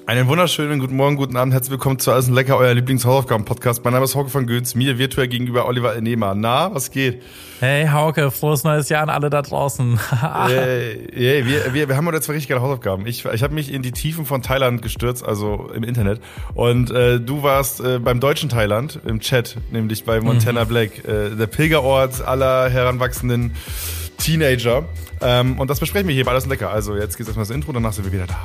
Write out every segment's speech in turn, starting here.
Einen wunderschönen guten Morgen, guten Abend, herzlich willkommen zu Alles Lecker, euer Lieblings-Hausaufgaben-Podcast. Mein Name ist Hauke von Götz, mir virtuell gegenüber Oliver Enema. Na, was geht? Hey Hauke, frohes neues Jahr an alle da draußen. Wir haben heute zwei richtig geile Hausaufgaben. Ich habe mich in die Tiefen von Thailand gestürzt, also im Internet. Und du warst beim deutschen Thailand im Chat, nämlich bei Montana Black, der Pilgerort aller heranwachsenden Teenager. Und das besprechen wir hier bei Alles Lecker. Also jetzt geht's erstmal das Intro, danach sind wir wieder da.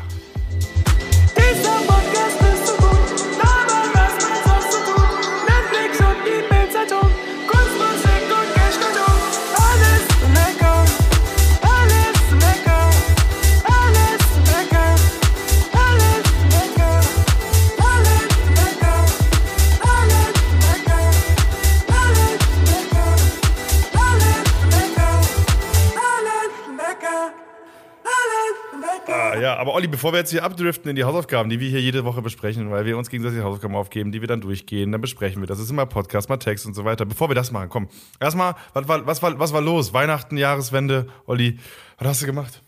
Ja, aber Olli, bevor wir jetzt hier abdriften in die Hausaufgaben, die wir hier jede Woche besprechen, weil wir uns gegenseitig Hausaufgaben aufgeben, die wir dann durchgehen, dann besprechen wir. Das ist immer Podcast, mal Text und so weiter. Bevor wir das machen, komm. Erstmal, was war los? Weihnachten, Jahreswende, Olli, was hast du gemacht?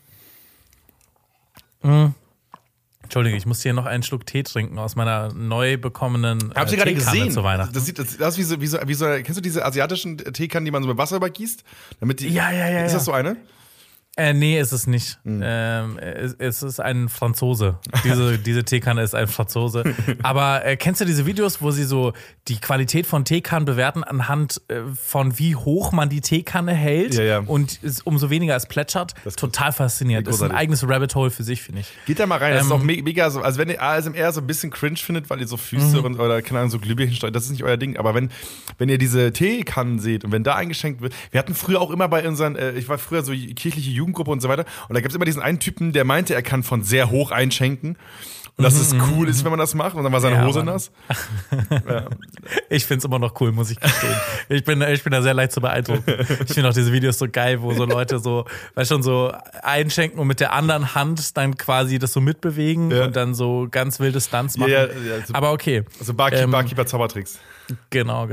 Entschuldige, ich muss hier noch einen Schluck Tee trinken aus meiner neu bekommenen Habt ihr gerade gesehen? zu Weihnachten. Das sieht aus wie so, kennst du diese asiatischen Teekannen, die man so mit Wasser übergießt? Damit die, Ja. Ist das so eine? Nee, ist es nicht. Es ist ein Franzose. Diese Teekanne ist ein Franzose. Aber kennst du diese Videos, wo sie so die Qualität von Teekannen bewerten anhand von wie hoch man die Teekanne hält und umso weniger es plätschert? Total faszinierend. Das ist ein eigenes Rabbit Hole für sich, finde ich. Geht da mal rein. Das ist auch mega so, also wenn ihr ASMR so ein bisschen cringe findet, weil ihr so Füße oder keine Ahnung, so Glühbirnen steuert, das ist nicht euer Ding. Aber wenn ihr diese Teekannen seht und wenn da eingeschenkt wird, wir hatten früher auch immer bei unseren, ich war früher so kirchliche Jugendgruppe und so weiter. Und da gibt es immer diesen einen Typen, der meinte, er kann von sehr hoch einschenken. Und dass es cool ist, wenn man das macht. Und dann war seine Hose nass. Ja. Ich find's immer noch cool, muss ich gestehen. Ich bin da sehr leicht zu beeindrucken. Ich finde auch diese Videos so geil, wo so Leute so, weißt schon, so einschenken und mit der anderen Hand dann quasi das so mitbewegen und dann so ganz wilde Stunts machen. Ja, so, aber okay. Also Barkeeper-Zaubertricks. Genau.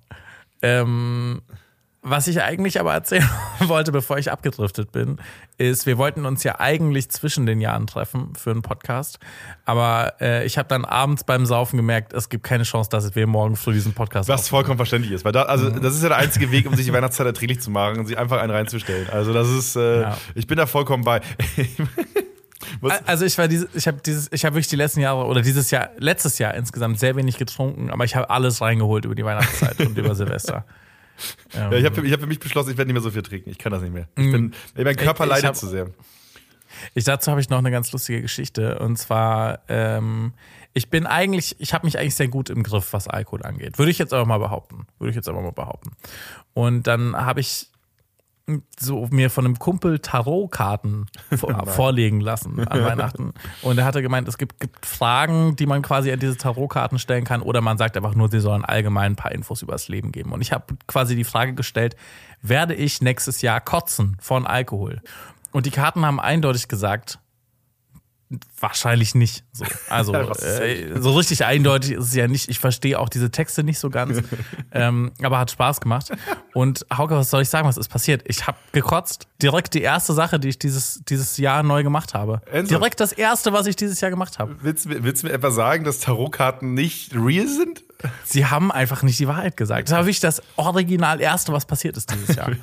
Was ich eigentlich aber erzählen wollte, bevor ich abgedriftet bin, ist, wir wollten uns ja eigentlich zwischen den Jahren treffen für einen Podcast, aber ich habe dann abends beim Saufen gemerkt, es gibt keine Chance, dass wir morgen früh diesen Podcast was vollkommen verständlich ist, weil das ist ja der einzige Weg, um sich die Weihnachtszeit erträglich zu machen und sich einfach einen reinzustellen. Also das ist, ich bin da vollkommen bei. Also ich habe wirklich die letzten Jahre oder letztes Jahr insgesamt sehr wenig getrunken, aber ich habe alles reingeholt über die Weihnachtszeit und über Silvester. Ja, ich hab für mich beschlossen, ich werde nicht mehr so viel trinken. Ich kann das nicht mehr. Mein Körper leidet zu sehr. Dazu habe ich noch eine ganz lustige Geschichte. Und zwar, ich habe mich eigentlich sehr gut im Griff, was Alkohol angeht. Würde ich jetzt aber mal behaupten. Und dann habe ich so mir von einem Kumpel Tarotkarten vorlegen lassen an Weihnachten. Und er hatte gemeint, es gibt Fragen, die man quasi an diese Tarotkarten stellen kann, oder man sagt einfach nur, sie sollen allgemein ein paar Infos über das Leben geben. Und ich habe quasi die Frage gestellt, werde ich nächstes Jahr kotzen von Alkohol? Und die Karten haben eindeutig gesagt, wahrscheinlich nicht. So. Also so richtig eindeutig ist es ja nicht. Ich verstehe auch diese Texte nicht so ganz, aber hat Spaß gemacht. Und Hauke, was soll ich sagen, was ist passiert? Ich habe gekotzt. Direkt die erste Sache, die ich dieses Jahr neu gemacht habe. Direkt das erste, was ich dieses Jahr gemacht habe. Willst du mir etwa sagen, dass Tarotkarten nicht real sind? Sie haben einfach nicht die Wahrheit gesagt. Das war wirklich das original erste, was passiert ist dieses Jahr.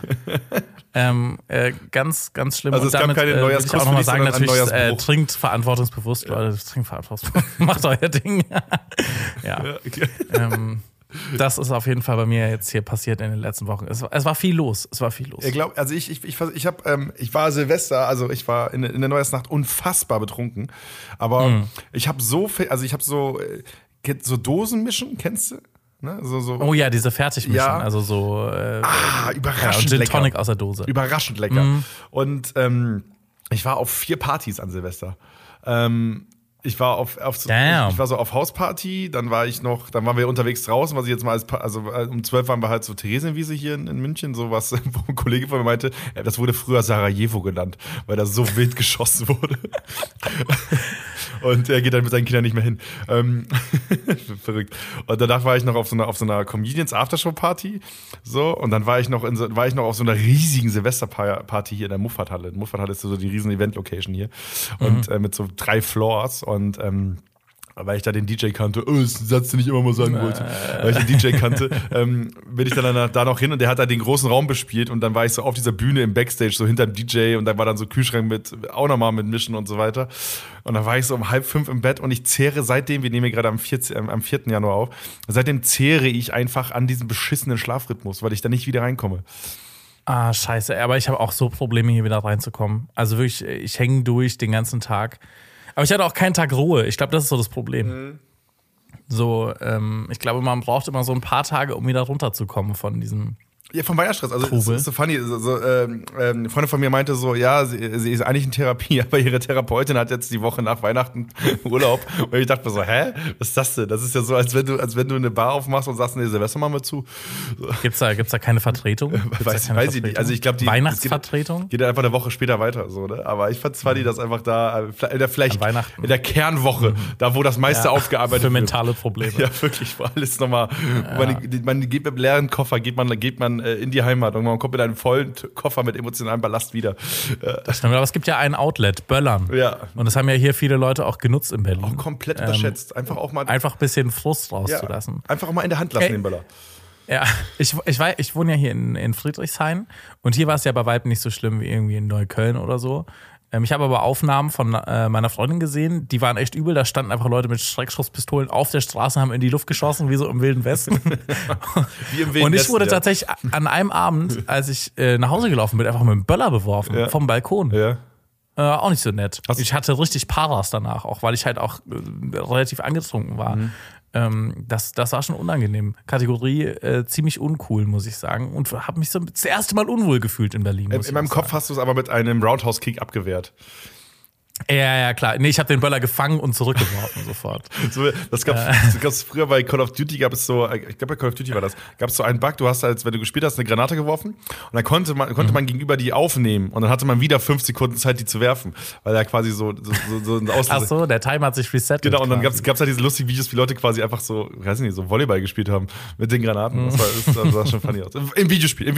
Ganz, ganz schlimm. Also es gab keine Neujahrskuss, will ich auch nochmal sagen, natürlich trinkt verantwortungsbewusst, Leute. Trinkt verantwortungsbewusst. Macht euer Ding. Ja. Okay. Das ist auf jeden Fall bei mir jetzt hier passiert in den letzten Wochen. Es war viel los. Ich glaube, also ich war Silvester, also ich war in der Neujahrsnacht unfassbar betrunken. Aber ich habe so Dosenmischen, kennst du? Ne? So. Oh ja, diese Fertigmischen, also so überraschend Gin lecker. Tonic aus der Dose. Überraschend lecker. Und ich war auf 4 Partys an Silvester. Ich war auf Hausparty, dann waren wir unterwegs draußen, was ich jetzt mal um 12 waren wir halt so Theresienwiese hier in München, sowas, wo ein Kollege von mir meinte, das wurde früher Sarajevo genannt, weil da so wild geschossen wurde. Und er geht dann mit seinen Kindern nicht mehr hin. Verrückt. Und danach war ich noch auf so einer Comedians Aftershow-Party. So, und dann war ich noch auf so einer riesigen Silvesterparty hier in der Muffathalle. Muffathalle ist so die riesen Event-Location hier. Und mit so 3 Floors. Und weil ich da den DJ kannte, das ist ein Satz, den ich immer mal sagen wollte, weil ich den DJ kannte, bin ich dann da noch hin und der hat da den großen Raum bespielt und dann war ich so auf dieser Bühne im Backstage, so hinterm DJ und da war dann so Kühlschrank auch nochmal mit Mischen und so weiter und dann war ich so um 4:30 im Bett und ich zehre seitdem, wir nehmen hier gerade am 4. Januar auf, seitdem zehre ich einfach an diesem beschissenen Schlafrhythmus, weil ich da nicht wieder reinkomme. Ah, scheiße, aber ich habe auch so Probleme, hier wieder reinzukommen. Also wirklich, ich hänge durch den ganzen Tag. Aber ich hatte auch keinen Tag Ruhe. Ich glaube, das ist so das Problem. Mhm. So, ich glaube, man braucht immer so ein paar Tage, um wieder runterzukommen von diesem. Ja, vom Weihnachtsstress. Also, es ist so funny. Eine Freundin von mir meinte so, ja, sie ist eigentlich in Therapie, aber ihre Therapeutin hat jetzt die Woche nach Weihnachten Urlaub. Und ich dachte mir so, was ist das denn? Das ist ja so, als wenn du eine Bar aufmachst und sagst, nee, Silvester machen wir zu. So. Gibt's da keine Vertretung? Weiß ich nicht. Also, ich glaube, Weihnachtsvertretung? Geht einfach eine Woche später weiter, so, ne? Aber ich fand es funny, dass einfach da, vielleicht in der Kernwoche, da wo das meiste aufgearbeitet wird. Für mentale Probleme. Ja, wirklich, wo alles nochmal, man geht mit einem leeren Koffer, geht man in die Heimat und man kommt mit einem vollen Koffer mit emotionalem Ballast wieder. Das stimmt, aber es gibt ja ein Outlet, Böllern. Ja. Und das haben ja hier viele Leute auch genutzt in Berlin. Auch komplett unterschätzt. Einfach ein bisschen Frust rauszulassen. Ja, einfach auch mal in der Hand lassen, den Böller. Ja, ich wohne ja hier in Friedrichshain und hier war es ja bei weitem nicht so schlimm wie irgendwie in Neukölln oder so. Ich habe aber Aufnahmen von meiner Freundin gesehen, die waren echt übel. Da standen einfach Leute mit Schreckschusspistolen auf der Straße, haben in die Luft geschossen, wie so im Wilden Westen. Wie im Wilden und ich Westen, wurde tatsächlich an einem Abend, als ich nach Hause gelaufen bin, einfach mit einem Böller beworfen vom Balkon. Ja. Auch nicht so nett. Ich hatte richtig Paras danach, auch weil ich halt auch relativ angetrunken war. Das war schon unangenehm. Kategorie ziemlich uncool, muss ich sagen. Und habe mich so das erste Mal unwohl gefühlt in Berlin. In meinem Kopf hast du es aber mit einem Roundhouse-Kick abgewehrt. Ja, klar. Nee, ich habe den Böller gefangen und zurückgeworfen sofort. So, das gab's früher bei Call of Duty, gab es so, ich glaube bei Call of Duty war das, gab es so einen Bug, du hast als wenn du gespielt hast, eine Granate geworfen und dann konnte man gegenüber die aufnehmen und dann hatte man wieder 5 Sekunden Zeit, die zu werfen, weil er quasi so ein Auslöser. Ach so, der Timer hat sich resettet. Genau, und dann gab's halt diese lustigen Videos, wie Leute quasi einfach so, weiß nicht, so Volleyball gespielt haben mit den Granaten. Das sah schon funny aus. Im Videospiel.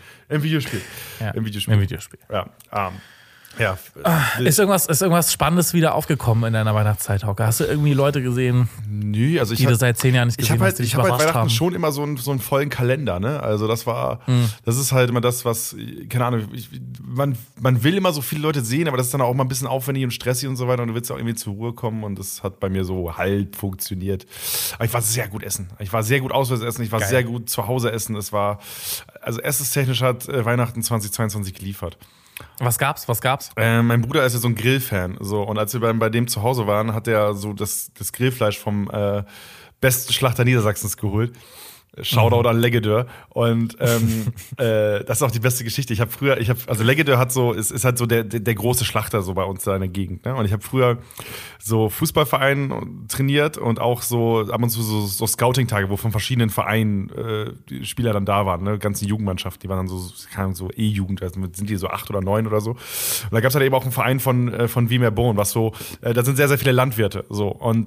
Ja. Ist irgendwas Spannendes wieder aufgekommen in deiner Weihnachtszeit, Hauke? Hast du irgendwie Leute gesehen, die du seit 10 Jahren nicht gesehen hast, die dich Ich habe halt überrascht Weihnachten haben? schon immer so einen vollen Kalender, ne? Also das ist halt immer das, was, keine Ahnung, man will immer so viele Leute sehen, aber das ist dann auch mal ein bisschen aufwendig und stressig und so weiter und du willst auch irgendwie zur Ruhe kommen und das hat bei mir so halb funktioniert. Aber ich war sehr gut essen. Ich war sehr gut auswärts essen, ich war sehr gut zu Hause essen. Also essenstechnisch hat Weihnachten 2022 geliefert. Was gab's? Mein Bruder ist ja so ein Grillfan. So, und als wir bei dem zu Hause waren, hat er so das Grillfleisch vom besten Schlachter Niedersachsens geholt. Shoutout an Leggedör. Und das ist auch die beste Geschichte. Also Leggedör ist halt so der große Schlachter so bei uns da in der Gegend. Ne? Und ich habe früher so Fußballvereinen trainiert und auch so ab und zu so Scouting-Tage, wo von verschiedenen Vereinen die Spieler dann da waren, ne? Ganze Jugendmannschaften, die waren dann so E-Jugend, also sind die so 8 oder 9 oder so. Und da gab es halt eben auch einen Verein von Wiemer-Bohn, was so, da sind sehr, sehr viele Landwirte. So. Und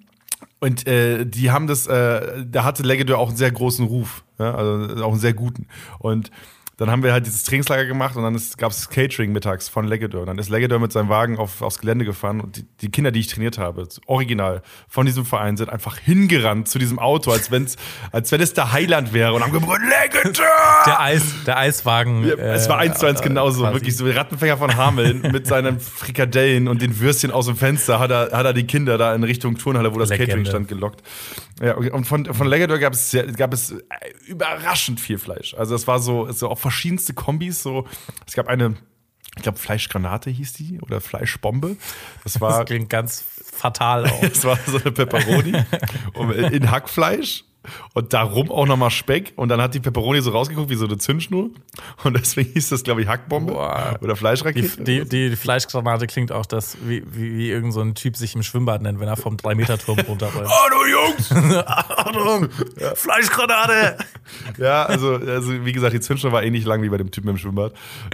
die haben da hatte Leggedör auch einen sehr großen Ruf, ja, also auch einen sehr guten. Und dann haben wir halt dieses Trainingslager gemacht und dann gab es Catering mittags von Leggedör. Und dann ist Leggedör mit seinem Wagen aufs Gelände gefahren und die Kinder, die ich trainiert habe, original von diesem Verein, sind einfach hingerannt zu diesem Auto, als wenn es der Heiland wäre und haben gebrüllt, Leggedör! Der Eiswagen. Ja, es war 1:1 genauso. Quasi. Wirklich so Rattenfänger von Hameln mit seinen Frikadellen und den Würstchen aus dem Fenster hat er die Kinder da in Richtung Turnhalle, wo das Catering stand, gelockt. Ja, und von Leggedör gab es überraschend viel Fleisch. Also es war so auch verschiedenste Kombis. So, es gab eine, ich glaube Fleischgranate hieß die oder Fleischbombe. Das klingt ganz fatal auch. Es war so eine Pepperoni in Hackfleisch. Und darum auch nochmal Speck. Und dann hat die Pepperoni so rausgeguckt wie so eine Zündschnur. Und deswegen hieß das, glaube ich, Hackbombe. Boah. Oder Fleischrakete. Die Fleischgranate klingt auch das, wie irgend so ein Typ sich im Schwimmbad nennt, wenn er vom 3-Meter-Turm runterrollt. Achtung, Jungs! Achtung! Ja. Fleischgranate! Ja, also wie gesagt, die Zündschnur war ähnlich lang wie bei dem Typen im Schwimmbad.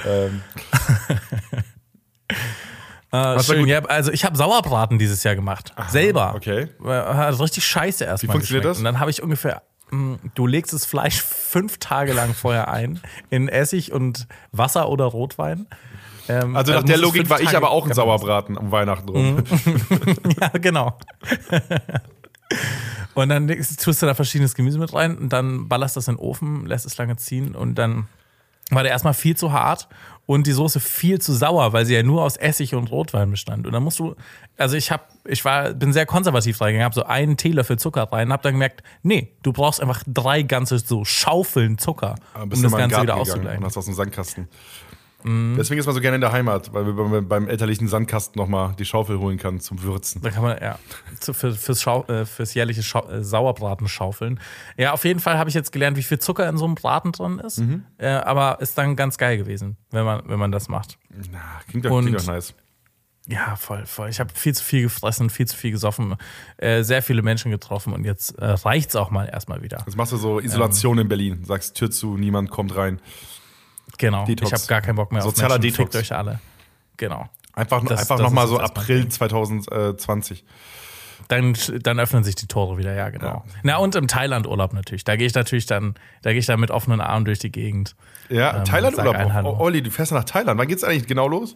Schön. Ja, also ich habe Sauerbraten dieses Jahr gemacht. Aha, selber. Okay. Hat richtig scheiße erstmal. Wie funktioniert das? Und dann habe ich du legst das Fleisch 5 Tage lang vorher ein in Essig und Wasser oder Rotwein. Also nach der Logik war ich aber auch ein Sauerbraten am Weihnachten rum. Ja, genau. Und dann tust du da verschiedenes Gemüse mit rein und dann ballerst das in den Ofen, lässt es lange ziehen und dann war der erstmal viel zu hart und die Soße viel zu sauer, weil sie ja nur aus Essig und Rotwein bestand. Und dann musst du, also bin sehr konservativ reingegangen, habe so einen Teelöffel Zucker rein, habe dann gemerkt, nee, du brauchst einfach 3 ganze so Schaufeln Zucker, um das Ganze wieder auszugleichen. Und hast aus dem Sandkasten. Deswegen ist man so gerne in der Heimat, weil man beim elterlichen Sandkasten nochmal die Schaufel holen kann zum Würzen. Da kann man, ja, fürs jährliche Sauerbraten schaufeln. Ja, auf jeden Fall habe ich jetzt gelernt, wie viel Zucker in so einem Braten drin ist. Aber ist dann ganz geil gewesen, wenn man das macht. Na, klingt doch nice. Ja, voll. Ich habe viel zu viel gefressen, viel zu viel gesoffen, sehr viele Menschen getroffen und jetzt reicht's auch mal erstmal wieder. Jetzt machst du so Isolation in Berlin. Sagst Tür zu, niemand kommt rein. Genau, Detox. Ich habe gar keinen Bock mehr Sozialer auf Menschen. Detox. Fickt euch alle. Genau. Einfach nochmal so April 2020. Dann öffnen sich die Tore wieder, ja, genau. Ja. Na, und im Thailand-Urlaub natürlich. Da gehe ich dann mit offenen Armen durch die Gegend. Ja, Thailand-Urlaub. Olli, du fährst nach Thailand. Wann geht's eigentlich genau los?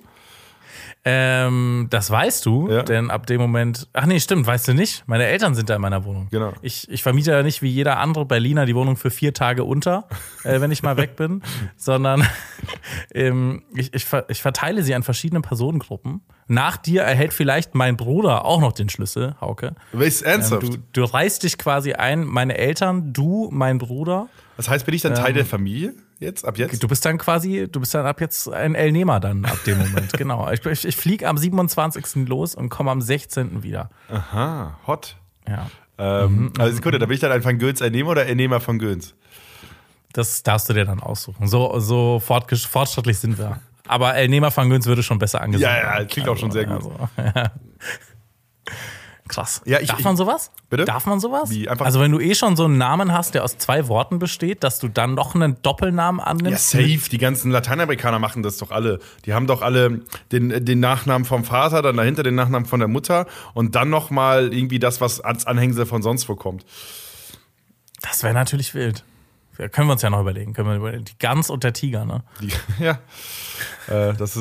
Das weißt du, ja. Denn ab dem Moment, ach nee, stimmt, weißt du nicht, meine Eltern sind da in meiner Wohnung. Genau. Ich vermiete ja nicht wie jeder andere Berliner die Wohnung für 4 Tage unter, wenn ich mal weg bin, sondern ich verteile sie an verschiedene Personengruppen. Nach dir erhält vielleicht mein Bruder auch noch den Schlüssel, Hauke. Welches ernsthaft? Du reißt dich quasi ein, meine Eltern, du, mein Bruder. Das heißt, bin ich dann Teil der Familie? Ab jetzt? Du bist dann ab jetzt ein El-Nehmer dann ab dem Moment, genau. Ich fliege am 27. los und komme am 16. wieder. Aha, hot. Ja. Also Sekunde, da bin ich dann einfach ein Göns-El-Nehmer oder El-Nehmer von Göns? Das darfst du dir dann aussuchen. So fortschrittlich sind wir. Aber El-Nehmer von Göns würde schon besser angesehen werden. Ja, klingt auch schon sehr gut. Ja. Krass. Ja, Darf man sowas? Bitte? Darf man sowas? Wie, einfach also wenn du schon so einen Namen hast, der aus 2 Worten besteht, dass du dann noch einen Doppelnamen annimmst? Ja, safe. Die ganzen Lateinamerikaner machen das doch alle. Die haben doch alle den Nachnamen vom Vater, dann dahinter den Nachnamen von der Mutter und dann nochmal irgendwie das, was als Anhängsel von sonst wo kommt. Das wäre natürlich wild. Können wir uns ja noch überlegen. Die Gans und der Tiger, ne? Ja. Das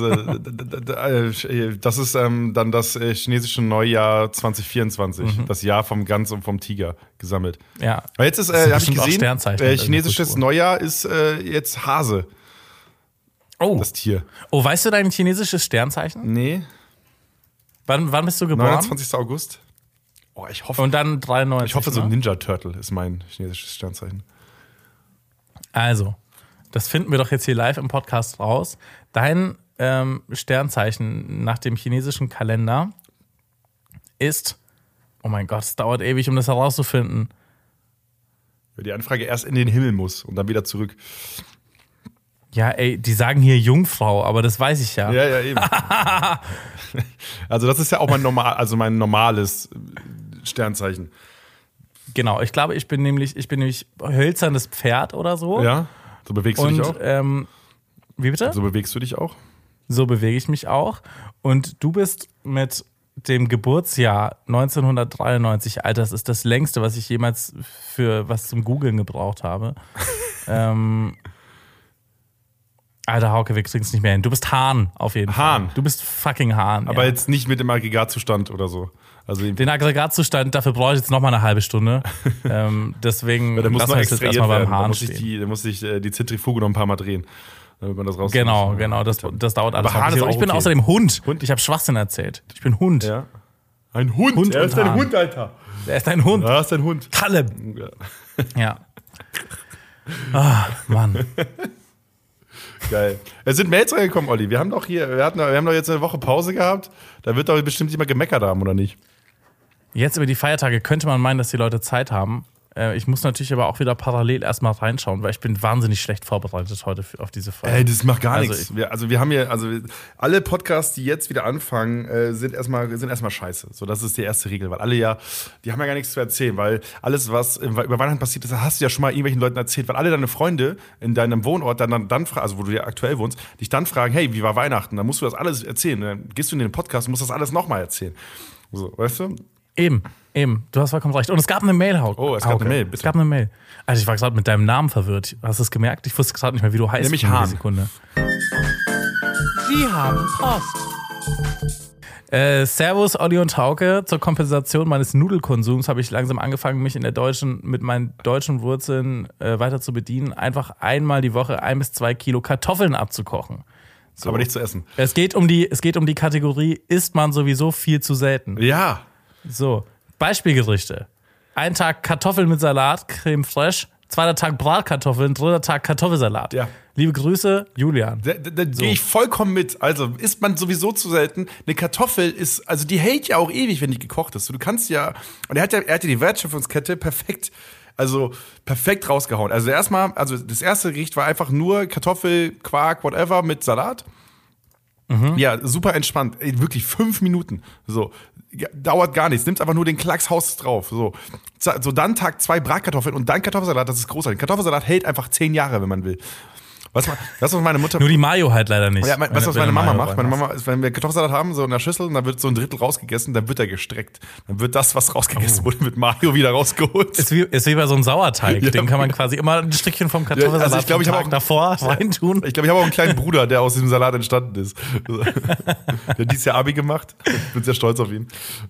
ist dann das chinesische Neujahr 2024. Das Jahr vom Gans und vom Tiger gesammelt. Ja. Aber jetzt habe ich gesehen, chinesisches Neujahr ist jetzt Hase. Oh. Das Tier. Oh, weißt du dein chinesisches Sternzeichen? Nee. Wann bist du geboren? 29. August. Oh, ich hoffe. Und dann 93. Ich hoffe, so Ninja Turtle ist mein chinesisches Sternzeichen. Also, das finden wir doch jetzt hier live im Podcast raus. Dein Sternzeichen nach dem chinesischen Kalender ist, oh mein Gott, es dauert ewig, um das herauszufinden. Weil die Anfrage erst in den Himmel muss und dann wieder zurück. Ja, ey, die sagen hier Jungfrau, aber das weiß ich ja. Ja, eben. Also das ist ja auch mein normales Sternzeichen. Genau, ich glaube, ich bin nämlich hölzernes Pferd oder so. Ja, so bewegst du dich auch. Wie bitte? So bewegst du dich auch. So bewege ich mich auch. Und du bist mit dem Geburtsjahr 1993, Alter, das ist das längste, was ich jemals für was zum Googlen gebraucht habe. Alter, Hauke, wir kriegen es nicht mehr hin. Du bist Hahn auf jeden Fall. Hahn. Du bist fucking Hahn. Aber jetzt nicht mit dem Aggregatzustand oder so. Also den Aggregatzustand, dafür brauche ich jetzt noch mal eine halbe Stunde. Deswegen ja, lassen wir jetzt erstmal beim Hahn stehen. Da muss sich die Zentrifuge noch ein paar Mal drehen, damit man das raus. Genau. Das dauert alles. Aber ich bin außerdem Hund. Ich habe Schwachsinn erzählt. Ich bin Hund. Ja. Ein Hund? Er ist ein Hund, Alter. Er ist ein Hund. Er ist ein Hund. Kalle. Ja. Ah, Mann. Geil. Es sind Mails reingekommen, Olli. Wir haben doch jetzt eine Woche Pause gehabt. Da wird doch bestimmt nicht mal gemeckert haben, oder nicht? Jetzt über die Feiertage könnte man meinen, dass die Leute Zeit haben. Ich muss natürlich aber auch wieder parallel erstmal reinschauen, weil ich bin wahnsinnig schlecht vorbereitet heute auf diese Folge. Das macht gar nichts. Wir haben hier, alle Podcasts, die jetzt wieder anfangen, sind erstmal scheiße. So, das ist die erste Regel, weil alle die haben ja gar nichts zu erzählen, weil alles, was über Weihnachten passiert ist, hast du ja schon mal irgendwelchen Leuten erzählt, weil alle deine Freunde in deinem Wohnort dann fragen, also wo du ja aktuell wohnst, dich dann fragen, hey, wie war Weihnachten? Dann musst du das alles erzählen. Dann gehst du in den Podcast und musst das alles nochmal erzählen. So, weißt du? Eben. Du hast vollkommen recht. Und es gab eine Mail, Hauke. Oh, es gab eine Mail, bitte. Es gab eine Mail. Also ich war gerade mit deinem Namen verwirrt. Hast du es gemerkt? Ich wusste gerade nicht mehr, wie du heißt. Nämlich Hahn. Sekunde. Sie haben Post. Servus, Olli und Hauke. Zur Kompensation meines Nudelkonsums habe ich langsam angefangen, mich mit meinen deutschen Wurzeln weiter zu bedienen. Einfach einmal die Woche 1 bis 2 Kilo Kartoffeln abzukochen. So. Aber nicht zu essen. Es geht um die Kategorie, isst man sowieso viel zu selten. Ja. So, Beispielgerichte. Ein Tag Kartoffeln mit Salat, Creme fraiche. 2. Tag Bratkartoffeln, 3. Tag Kartoffelsalat. Ja. Liebe Grüße, Julian. Da gehe ich vollkommen mit. Also isst man sowieso zu selten. Eine Kartoffel ist, also die hält ja auch ewig, wenn die gekocht ist. Du kannst ja, und er hat ja die Wertschöpfungskette perfekt rausgehauen. Also das erste Gericht war einfach nur Kartoffel, Quark, whatever mit Salat. Ja, super entspannt. Ey, wirklich 5 Minuten. So. Dauert gar nichts. Nimmst einfach nur den Klacks, haust drauf. So dann Tag 2 Bratkartoffeln und dann Kartoffelsalat. Das ist großartig. Kartoffelsalat hält einfach 10 Jahre, wenn man will. Was meine Mutter. Nur die Mayo halt leider nicht. Ja, weißt du, was meine Mama macht? Meine Mama ist, wenn wir Kartoffelsalat haben, so in der Schüssel, und dann wird so ein Drittel rausgegessen, dann wird er gestreckt. Dann wird das, was rausgegessen wurde, mit Mayo wieder rausgeholt. Ist wie bei so einem Sauerteig. Ja. Den kann man quasi immer ein Stückchen vom Kartoffelsalat ich glaube, ich habe auch davor reintun. Ich glaube, ich habe auch einen kleinen Bruder, der aus diesem Salat entstanden ist. Der hat dieses Jahr Abi gemacht. Ich bin sehr stolz auf ihn.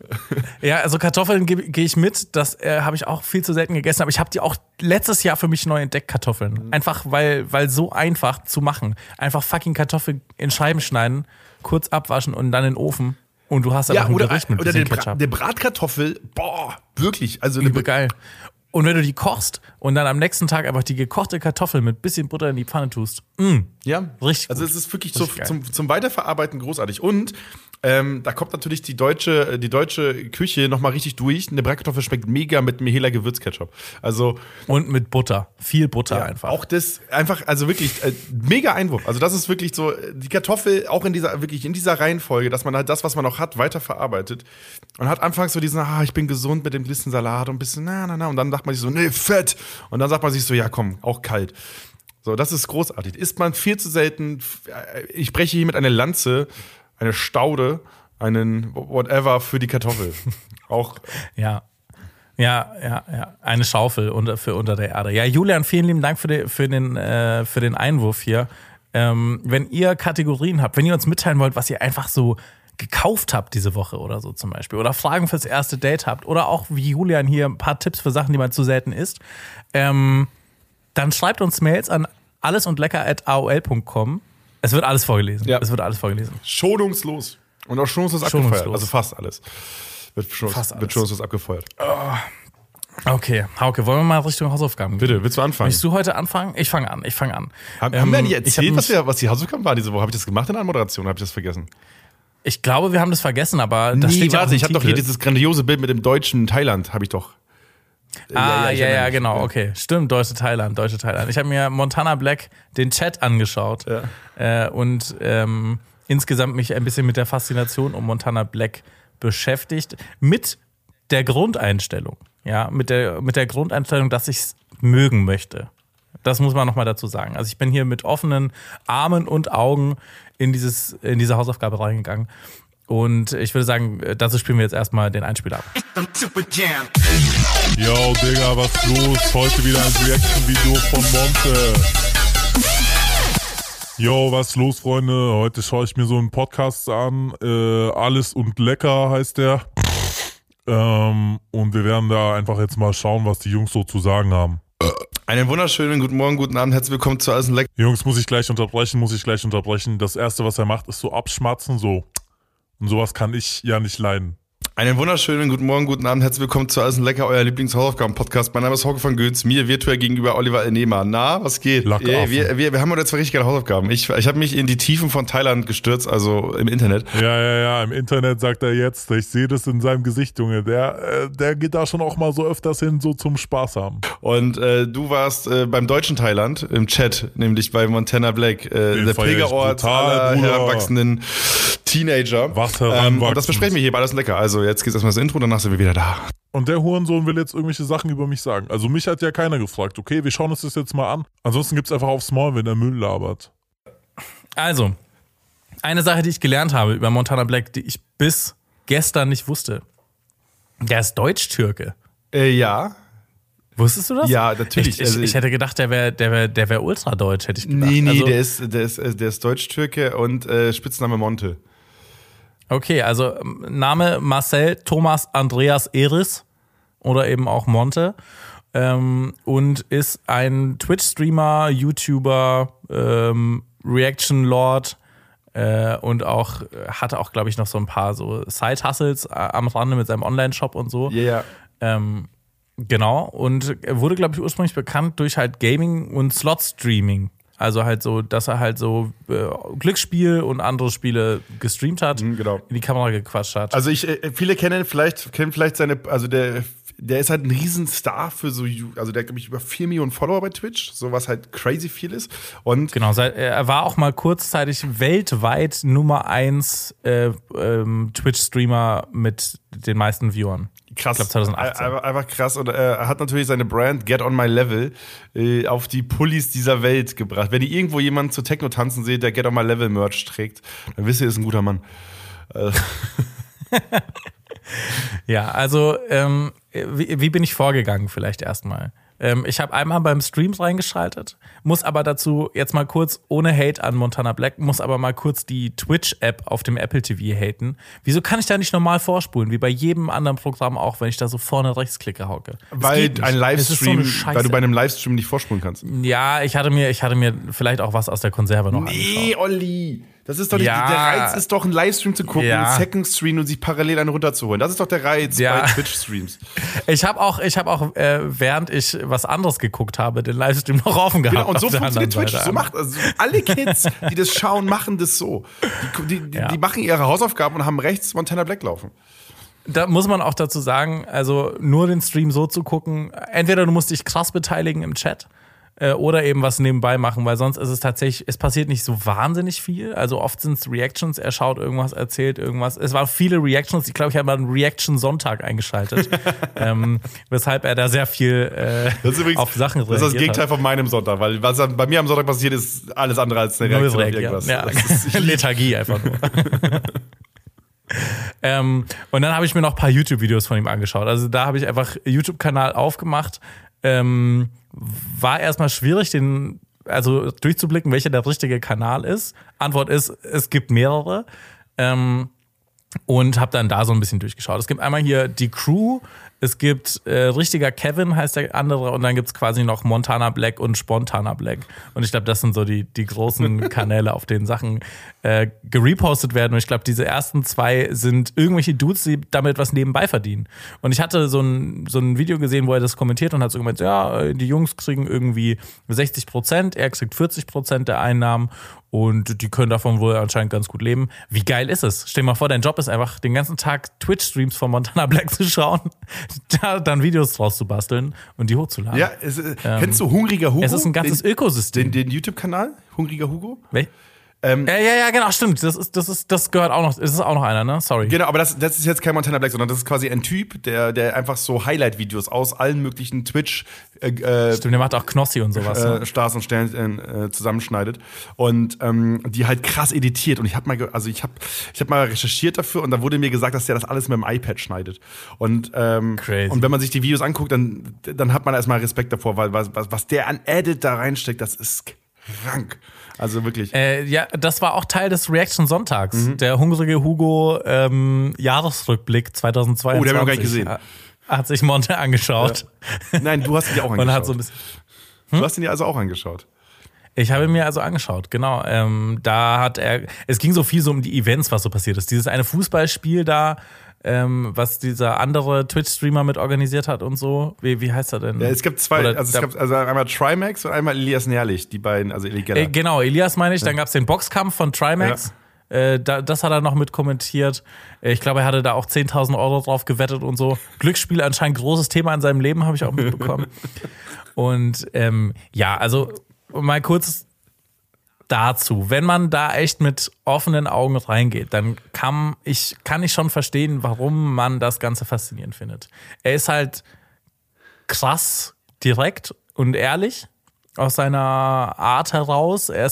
Ja, also Kartoffeln gehe ich mit. Das habe ich auch viel zu selten gegessen. Aber ich habe die auch letztes Jahr für mich neu entdeckt, Kartoffeln. Einfach, weil so einfach zu machen. Einfach fucking Kartoffeln in Scheiben schneiden, kurz abwaschen und dann in den Ofen. Und du hast einfach ein Gericht mit bisschen Ketchup. Der Bratkartoffel, boah, wirklich. Also übel geil. Und wenn du die kochst und dann am nächsten Tag einfach die gekochte Kartoffel mit bisschen Butter in die Pfanne tust. Ja, richtig also gut. es ist wirklich zum Weiterverarbeiten großartig. Und da kommt natürlich die deutsche Küche nochmal richtig durch. Eine Bratkartoffel schmeckt mega mit Mehela Gewürzketchup. Also und mit Butter. Viel Butter einfach. Auch das einfach, also wirklich mega Einwurf. Also das ist wirklich so, die Kartoffel auch in dieser Reihenfolge, dass man halt das, was man noch hat, weiterverarbeitet. Und hat anfangs so diesen, ich bin gesund mit dem Listensalat und ein bisschen, und dann sagt man sich so, nee, fett. Und dann sagt man sich so, ja komm, auch kalt. So, das ist großartig. Isst man viel zu selten. Ich breche hier mit einer Lanze, eine Staude, einen whatever für die Kartoffel. Auch. Ja. Eine Schaufel für unter der Erde. Ja, Julian, vielen lieben Dank für den Einwurf hier. Wenn ihr Kategorien habt, wenn ihr uns mitteilen wollt, was ihr einfach so gekauft habt diese Woche oder so zum Beispiel, oder Fragen fürs erste Date habt, oder auch wie Julian hier ein paar Tipps für Sachen, die man zu selten isst, dann schreibt uns Mails an allesundlecker@aol.com. Es wird alles vorgelesen. Ja. Es wird alles vorgelesen. Schonungslos. Und auch schonungslos abgefeuert. Also fast alles. Wird schonungslos abgefeuert. Okay, Hauke, wollen wir mal Richtung Hausaufgaben gehen? Bitte, willst du anfangen? Willst du heute anfangen? Ich fange an. Haben wir nicht erzählt, was die Hausaufgaben waren diese Woche? Habe ich das gemacht in der Anmoderation? Habe ich das vergessen? Ich glaube, wir haben das vergessen, aber das steht ja auch im ich habe doch hier Titel. dieses grandiose Bild mit dem deutschen Thailand, habe ich doch. Genau, okay. Stimmt, deutsche Thailand. Ich habe mir Montana Black den Chat angeschaut und insgesamt mich ein bisschen mit der Faszination um Montana Black beschäftigt. Mit der Grundeinstellung, mit der Grundeinstellung, dass ich es mögen möchte. Das muss man nochmal dazu sagen. Also ich bin hier mit offenen Armen und Augen in diese Hausaufgabe reingegangen. Und ich würde sagen, dazu spielen wir jetzt erstmal den Einspieler ab. Yo, Digga, was los? Heute wieder ein Reaction-Video von Monte. Yo, was los, Freunde? Heute schaue ich mir so einen Podcast an. Alles und lecker heißt der. Und wir werden da einfach jetzt mal schauen, was die Jungs so zu sagen haben. Einen wunderschönen guten Morgen, guten Abend, herzlich willkommen zu Alles und Lecker. Jungs, muss ich gleich unterbrechen. Das Erste, was er macht, ist so abschmatzen, so. Und sowas kann ich ja nicht leiden. Einen wunderschönen guten Morgen, guten Abend, herzlich willkommen zu Alles und Lecker, euer Lieblings-Hausaufgaben-Podcast. Mein Name ist Hauke von Götz, mir virtuell gegenüber Oliver Elnehmer. Na, was geht? Wir haben heute zwei richtig geile Hausaufgaben. Ich habe mich in die Tiefen von Thailand gestürzt, also im Internet. Ja, im Internet sagt er jetzt. Ich sehe das in seinem Gesicht, Junge. Der geht da schon auch mal so öfters hin, so zum Spaß haben. Und du warst beim deutschen Thailand im Chat, nämlich bei Montana Black, der Pilgerort aller heranwachsenden Teenager. Was heranwachsen. Und das besprechen wir hier bei Alles und Lecker. Also jetzt geht's erstmal das Intro, danach sind wir wieder da. Und der Hurensohn will jetzt irgendwelche Sachen über mich sagen. Also mich hat ja keiner gefragt. Okay, wir schauen uns das jetzt mal an. Ansonsten gibt's einfach aufs Maul, wenn er Müll labert. Also, eine Sache, die ich gelernt habe über Montana Black, die ich bis gestern nicht wusste. Der ist Deutsch-Türke. Ja. Wusstest du das? Ja, natürlich. Ich hätte gedacht, der wär ultradeutsch, hätte ich gedacht. Nee, also, der ist Deutsch-Türke und Spitzname Monte. Okay, also Name Marcel Thomas Andreas Eris oder eben auch Monte und ist ein Twitch-Streamer, YouTuber, Reaction-Lord und auch hatte auch, glaube ich, noch so ein paar so Side-Hustles am Rande mit seinem Online-Shop und so. Ja. Genau, und er wurde, glaube ich, ursprünglich bekannt durch halt Gaming und Slot-Streaming. Also halt so, dass er halt so Glücksspiel und andere Spiele gestreamt hat, genau. in die Kamera gequatscht hat. Also viele kennen vielleicht seine, also der ist halt ein Riesenstar für so, also der hat, glaube ich, über 4 Millionen Follower bei Twitch, so was halt crazy viel ist. Und genau, er war auch mal kurzzeitig weltweit Nummer 1 Twitch-Streamer mit den meisten Viewern. Krass. Ich glaube 2018. Einfach krass. Und er hat natürlich seine Brand Get On My Level auf die Pullis dieser Welt gebracht. Wenn ihr irgendwo jemanden zu Techno tanzen seht, der Get On My Level Merch trägt, dann wisst ihr, er ist ein guter Mann. Ja, also wie bin ich vorgegangen vielleicht erstmal? Ich habe einmal beim Streams reingeschaltet, muss aber dazu jetzt mal kurz, ohne Hate an Montana Black, muss aber mal kurz die Twitch-App auf dem Apple TV haten. Wieso kann ich da nicht normal vorspulen, wie bei jedem anderen Programm auch, wenn ich da so vorne rechts klicke hauke? Weil ein Livestream, so weil du bei einem Livestream nicht vorspulen kannst. Ja, ich hatte mir vielleicht auch was aus der Konserve noch angeschaut. Olli! Das ist doch der Reiz ist doch, einen Livestream zu gucken, einen Second Screen und sich parallel einen runterzuholen. Das ist doch der Reiz bei Twitch-Streams. Ich habe auch während ich was anderes geguckt habe, den Livestream noch offen gehabt. Genau, und so funktioniert Twitch. So macht also alle Kids, die das schauen, machen das so. Die machen ihre Hausaufgaben und haben rechts Montana Black laufen. Da muss man auch dazu sagen, also nur den Stream so zu gucken, entweder du musst dich krass beteiligen im Chat, oder eben was nebenbei machen, weil sonst ist es tatsächlich, es passiert nicht so wahnsinnig viel. Also oft sind es Reactions, er schaut irgendwas, erzählt irgendwas. Es waren viele Reactions, ich glaube, ich habe mal einen Reaction-Sonntag eingeschaltet, weshalb er da sehr viel auf Sachen reagiert. Das ist das Gegenteil von meinem Sonntag, weil was bei mir am Sonntag passiert, ist alles andere als eine Reaktion auf irgendwas. Ja. Lethargie einfach nur. Und dann habe ich mir noch ein paar YouTube-Videos von ihm angeschaut. Also da habe ich einfach YouTube-Kanal aufgemacht, war erstmal schwierig, also durchzublicken, welcher der richtige Kanal ist. Antwort ist, es gibt mehrere. Und habe dann da so ein bisschen durchgeschaut. Es gibt einmal hier die Crew, es gibt richtiger Kevin heißt der andere und dann gibt's quasi noch Montana Black und Spontana Black. Und ich glaube, das sind so die großen Kanäle, auf denen Sachen gerepostet werden. Und ich glaube, diese ersten 2 sind irgendwelche Dudes, die damit was nebenbei verdienen. Und ich hatte so ein Video gesehen, wo er das kommentiert und hat so gemeint, ja, die Jungs kriegen irgendwie 60%, er kriegt 40% der Einnahmen und die können davon wohl anscheinend ganz gut leben. Wie geil ist es? Stell dir mal vor, dein Job ist einfach, den ganzen Tag Twitch-Streams von Montana Black zu schauen, da dann Videos draus zu basteln und die hochzuladen. Ja, kennst du Hungriger Hugo? Es ist ein ganzes Ökosystem. Den YouTube-Kanal? Hungriger Hugo? Ja, genau, stimmt. Das gehört auch noch. Es ist auch noch einer, ne? Sorry. Genau, aber das ist jetzt kein Montana Black, sondern das ist quasi ein Typ, der einfach so Highlight-Videos aus allen möglichen Twitch stimmt, der macht auch Knossi und sowas. Stars und Sternchen zusammenschneidet und die halt krass editiert. Und ich habe mal recherchiert dafür und da wurde mir gesagt, dass der das alles mit dem iPad schneidet. Und crazy. Und wenn man sich die Videos anguckt, dann hat man erstmal Respekt davor, weil was der an Edit da reinsteckt, das ist krank. Also wirklich. Ja, das war auch Teil des Reaction-Sonntags. Der hungrige Hugo Jahresrückblick 2022. Oh, den haben wir noch gar nicht gesehen. Hat sich Monte angeschaut. Ja. Nein, du hast ihn ja auch angeschaut. Und hat so ein bisschen, Du hast ihn ja also auch angeschaut. Ich habe ihn mir also angeschaut, genau. Da hat es ging so viel so um die Events, was so passiert ist. Dieses eine Fußballspiel da, was dieser andere Twitch-Streamer mit organisiert hat und so. Wie heißt er denn? Ja, es gibt 2, es gab einmal Trimax und einmal Elias Nährlich, die beiden, also illegaler. Genau, Elias meine ich. Dann gab es den Boxkampf von Trimax. Ja. Das hat er noch mit kommentiert. Ich glaube, er hatte da auch 10.000 Euro drauf gewettet und so. Glücksspiel anscheinend großes Thema in seinem Leben, habe ich auch mitbekommen. Und ja, also mal kurz dazu. Wenn man da echt mit offenen Augen reingeht, dann kann ich schon verstehen, warum man das Ganze faszinierend findet. Er ist halt krass direkt und ehrlich seiner Art heraus. Er ist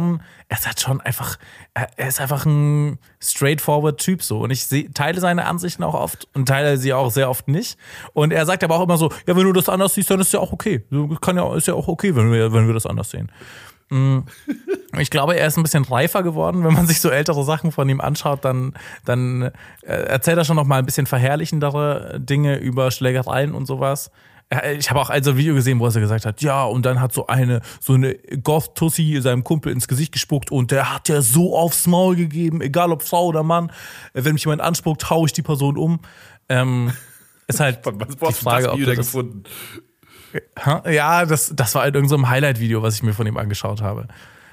einfach ein straightforward Typ so. Und ich teile seine Ansichten auch oft und teile sie auch sehr oft nicht. Und er sagt aber auch immer so, ja, wenn du das anders siehst, dann ist ja auch okay. Ist ja auch okay, wenn wir das anders sehen. Ich glaube, er ist ein bisschen reifer geworden. Wenn man sich so ältere Sachen von ihm anschaut, dann erzählt er schon noch mal ein bisschen verherrlichendere Dinge über Schlägereien und sowas. Ich habe auch also ein Video gesehen, wo er gesagt hat, ja, und dann hat so eine Goth-Tussi seinem Kumpel ins Gesicht gespuckt und der hat ja so aufs Maul gegeben, egal ob Frau oder Mann. Wenn mich jemand anspuckt, hau ich die Person um. Ist halt die Frage, ob das gefunden. Ja, das war halt irgend so ein Highlight-Video, was ich mir von ihm angeschaut habe.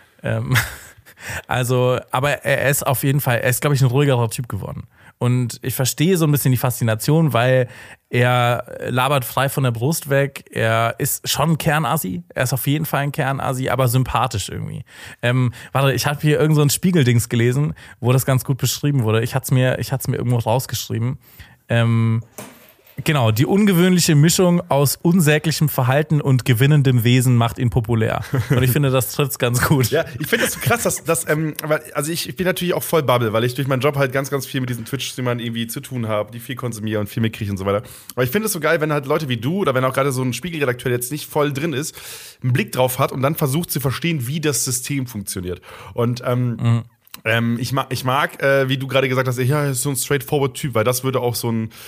Aber er ist auf jeden Fall, glaube ich, ein ruhigerer Typ geworden. Und ich verstehe so ein bisschen die Faszination, weil er labert frei von der Brust weg. Er ist schon ein Kernassi. Er ist auf jeden Fall ein Kernassi, aber sympathisch irgendwie. Warte, ich habe hier irgend so ein Spiegeldings gelesen, wo das ganz gut beschrieben wurde. Ich hatte es mir irgendwo rausgeschrieben. Genau, die ungewöhnliche Mischung aus unsäglichem Verhalten und gewinnendem Wesen macht ihn populär. Und ich finde, das trifft's ganz gut. Ja, ich finde das so krass, also ich bin natürlich auch voll Bubble, weil ich durch meinen Job halt ganz, ganz viel mit diesen Twitch-Streamern irgendwie zu tun habe, die viel konsumieren und viel mitkriege und so weiter. Aber ich finde es so geil, wenn halt Leute wie du oder wenn auch gerade so ein Spiegelredakteur, der jetzt nicht voll drin ist, einen Blick drauf hat und dann versucht zu verstehen, wie das System funktioniert. Und ich mag, wie du gerade gesagt hast, ja, er ist so ein straightforward Typ, weil das würde auch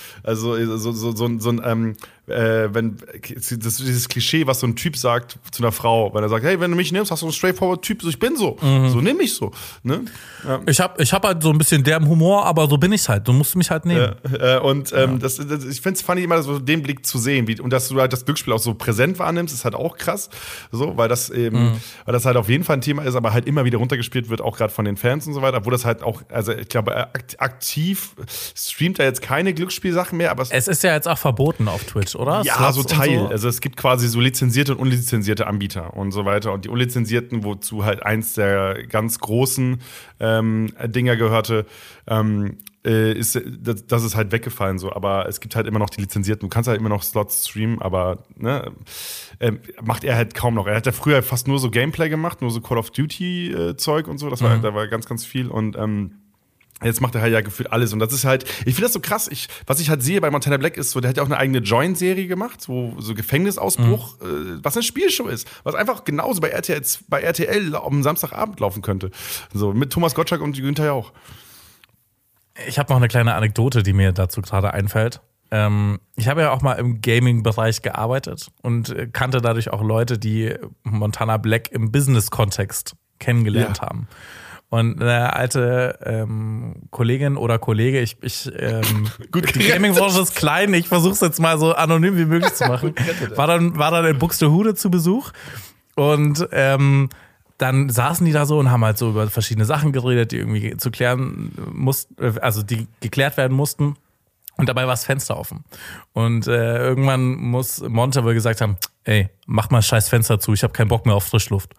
dieses Klischee, was so ein Typ sagt zu einer Frau, wenn er sagt, hey, wenn du mich nimmst, hast du einen straightforward Typ, so ich bin so, so nimm mich so. Ne? Ja. Ich hab halt so ein bisschen derben Humor, aber so bin ich's halt, du musst mich halt nehmen. Ich find's funny, immer so den Blick zu sehen, und dass du halt das Glücksspiel auch so präsent wahrnimmst, ist halt auch krass, so, weil das halt auf jeden Fall ein Thema ist, aber halt immer wieder runtergespielt wird, auch gerade von den Fans und so weiter, wo das halt auch, also ich glaube, aktiv streamt er jetzt keine Glücksspielsachen mehr, aber es ist ja jetzt auch verboten auf Twitch, oder? Ja, Slots so Teil. so. Also es gibt quasi so lizenzierte und unlizenzierte Anbieter und so weiter. Und die unlizenzierten, wozu halt eins der ganz großen Dinger gehörte, das ist halt weggefallen so. Aber es gibt halt immer noch die lizenzierten. Du kannst halt immer noch Slots streamen, aber macht er halt kaum noch. Er hat ja früher fast nur so Gameplay gemacht, nur so Call of Duty Zeug und so. Da war ganz, ganz viel und jetzt macht er halt ja gefühlt alles. Und das ist halt, ich finde das so krass. Was ich halt sehe bei Montana Black ist so, der hat ja auch eine eigene Join-Serie gemacht, so Gefängnisausbruch, was eine Spielshow ist. Was einfach genauso bei RTL am Samstagabend laufen könnte. So, mit Thomas Gottschalk und Günther Jauch. Ich habe noch eine kleine Anekdote, die mir dazu gerade einfällt. Ich habe ja auch mal im Gaming-Bereich gearbeitet und kannte dadurch auch Leute, die Montana Black im Business-Kontext kennengelernt haben. Und eine alte Kollegin oder Kollege, die Gaming-Branche ist klein, ich versuche es jetzt mal so anonym wie möglich zu machen, war dann in Buxtehude zu Besuch und dann saßen die da so und haben halt so über verschiedene Sachen geredet, die irgendwie zu klären mussten, also die geklärt werden mussten. Und dabei war das Fenster offen. Und irgendwann muss Monte wohl gesagt haben, ey, mach mal scheiß Fenster zu, ich habe keinen Bock mehr auf Frischluft.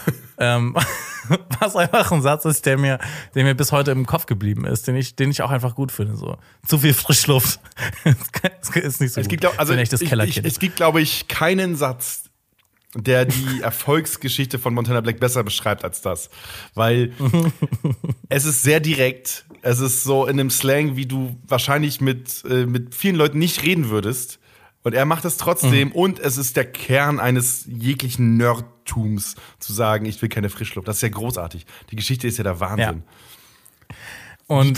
Was einfach ein Satz ist, der mir bis heute im Kopf geblieben ist, den ich auch einfach gut finde. So. Zu viel Frischluft ist nicht so gut. Ein echtes Kellerkind. Es gibt, glaube ich, keinen Satz, der die Erfolgsgeschichte von Montana Black besser beschreibt als das. Weil es ist sehr direkt. Es ist so in einem Slang, wie du wahrscheinlich mit vielen Leuten nicht reden würdest. Und er macht es trotzdem. Und es ist der Kern eines jeglichen Nerdtums, zu sagen, ich will keine Frischluft. Das ist ja großartig. Die Geschichte ist ja der Wahnsinn. Ja. Und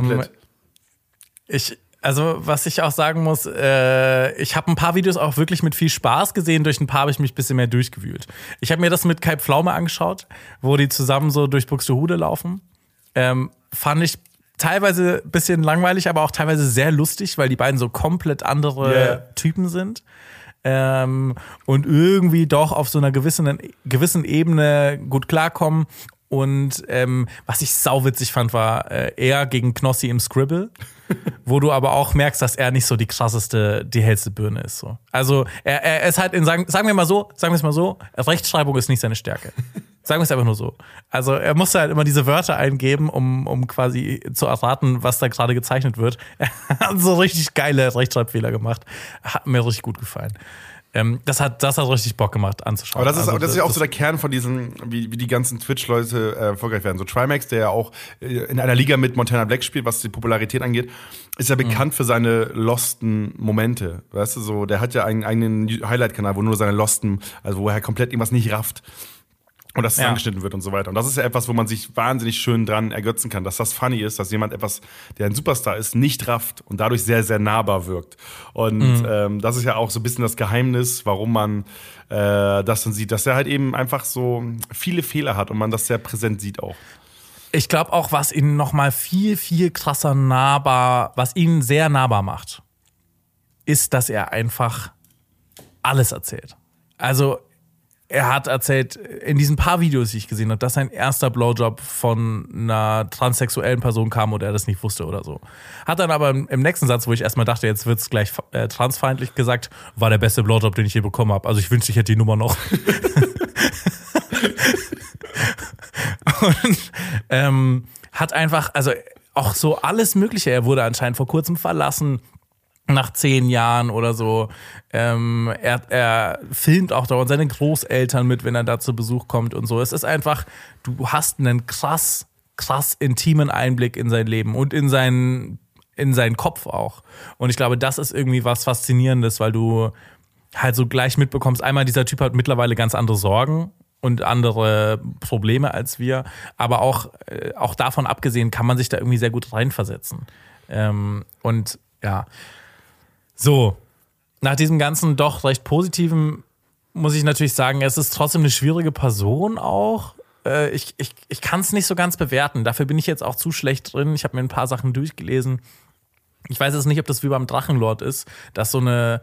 was ich auch sagen muss, ich habe ein paar Videos auch wirklich mit viel Spaß gesehen. Durch ein paar habe ich mich ein bisschen mehr durchgewühlt. Ich habe mir das mit Kai Pflaume angeschaut, wo die zusammen so durch Buxtehude laufen. Fand ich teilweise ein bisschen langweilig, aber auch teilweise sehr lustig, weil die beiden so komplett andere Typen sind. Und irgendwie doch auf so einer gewissen Ebene gut klarkommen. Und was ich sauwitzig fand, war er gegen Knossi im Scribble, wo du aber auch merkst, dass er nicht so die hellste Birne ist. So. Also er ist halt sagen wir es mal so, Rechtschreibung ist nicht seine Stärke. Sagen wir es einfach nur so. Also er musste halt immer diese Wörter eingeben, um quasi zu erraten, was da gerade gezeichnet wird. Er hat so richtig geile Rechtschreibfehler gemacht. Hat mir richtig gut gefallen. Das hat richtig Bock gemacht anzuschauen. Aber das ist ja auch so der Kern von diesen, wie die ganzen Twitch-Leute erfolgreich werden. So Trimax, der ja auch in einer Liga mit Montana Black spielt, was die Popularität angeht, ist ja bekannt für seine losten Momente. Weißt du, so, der hat ja einen eigenen Highlight-Kanal, wo nur seine losten, also wo er komplett irgendwas nicht rafft. Und das angeschnitten wird und so weiter. Und das ist ja etwas, wo man sich wahnsinnig schön dran ergötzen kann, dass das funny ist, dass jemand etwas, der ein Superstar ist, nicht rafft und dadurch sehr, sehr nahbar wirkt. Und das ist ja auch so ein bisschen das Geheimnis, warum man das dann sieht, dass er halt eben einfach so viele Fehler hat und man das sehr präsent sieht auch. Ich glaube auch, was ihn noch mal viel, viel krasser was ihn sehr nahbar macht, ist, dass er einfach alles erzählt. Also er hat erzählt, in diesen paar Videos, die ich gesehen habe, dass sein erster Blowjob von einer transsexuellen Person kam und er das nicht wusste oder so. Hat dann aber im nächsten Satz, wo ich erstmal dachte, jetzt wird's gleich transfeindlich gesagt, war der beste Blowjob, den ich je bekommen habe. Also ich wünschte, ich hätte die Nummer noch. Und hat einfach, also auch so alles Mögliche. Er wurde anscheinend vor kurzem verlassen. Nach 10 Jahren oder so. Er filmt auch dauernd seine Großeltern mit, wenn er da zu Besuch kommt und so. Es ist einfach, du hast einen krass intimen Einblick in sein Leben und in seinen Kopf auch. Und ich glaube, das ist irgendwie was Faszinierendes, weil du halt so gleich mitbekommst, einmal dieser Typ hat mittlerweile ganz andere Sorgen und andere Probleme als wir, aber auch davon abgesehen kann man sich da irgendwie sehr gut reinversetzen. Und ja, so, nach diesem ganzen doch recht positiven muss ich natürlich sagen, es ist trotzdem eine schwierige Person auch. Ich kann es nicht so ganz bewerten. Dafür bin ich jetzt auch zu schlecht drin. Ich habe mir ein paar Sachen durchgelesen. Ich weiß jetzt nicht, ob das wie beim Drachenlord ist, dass so eine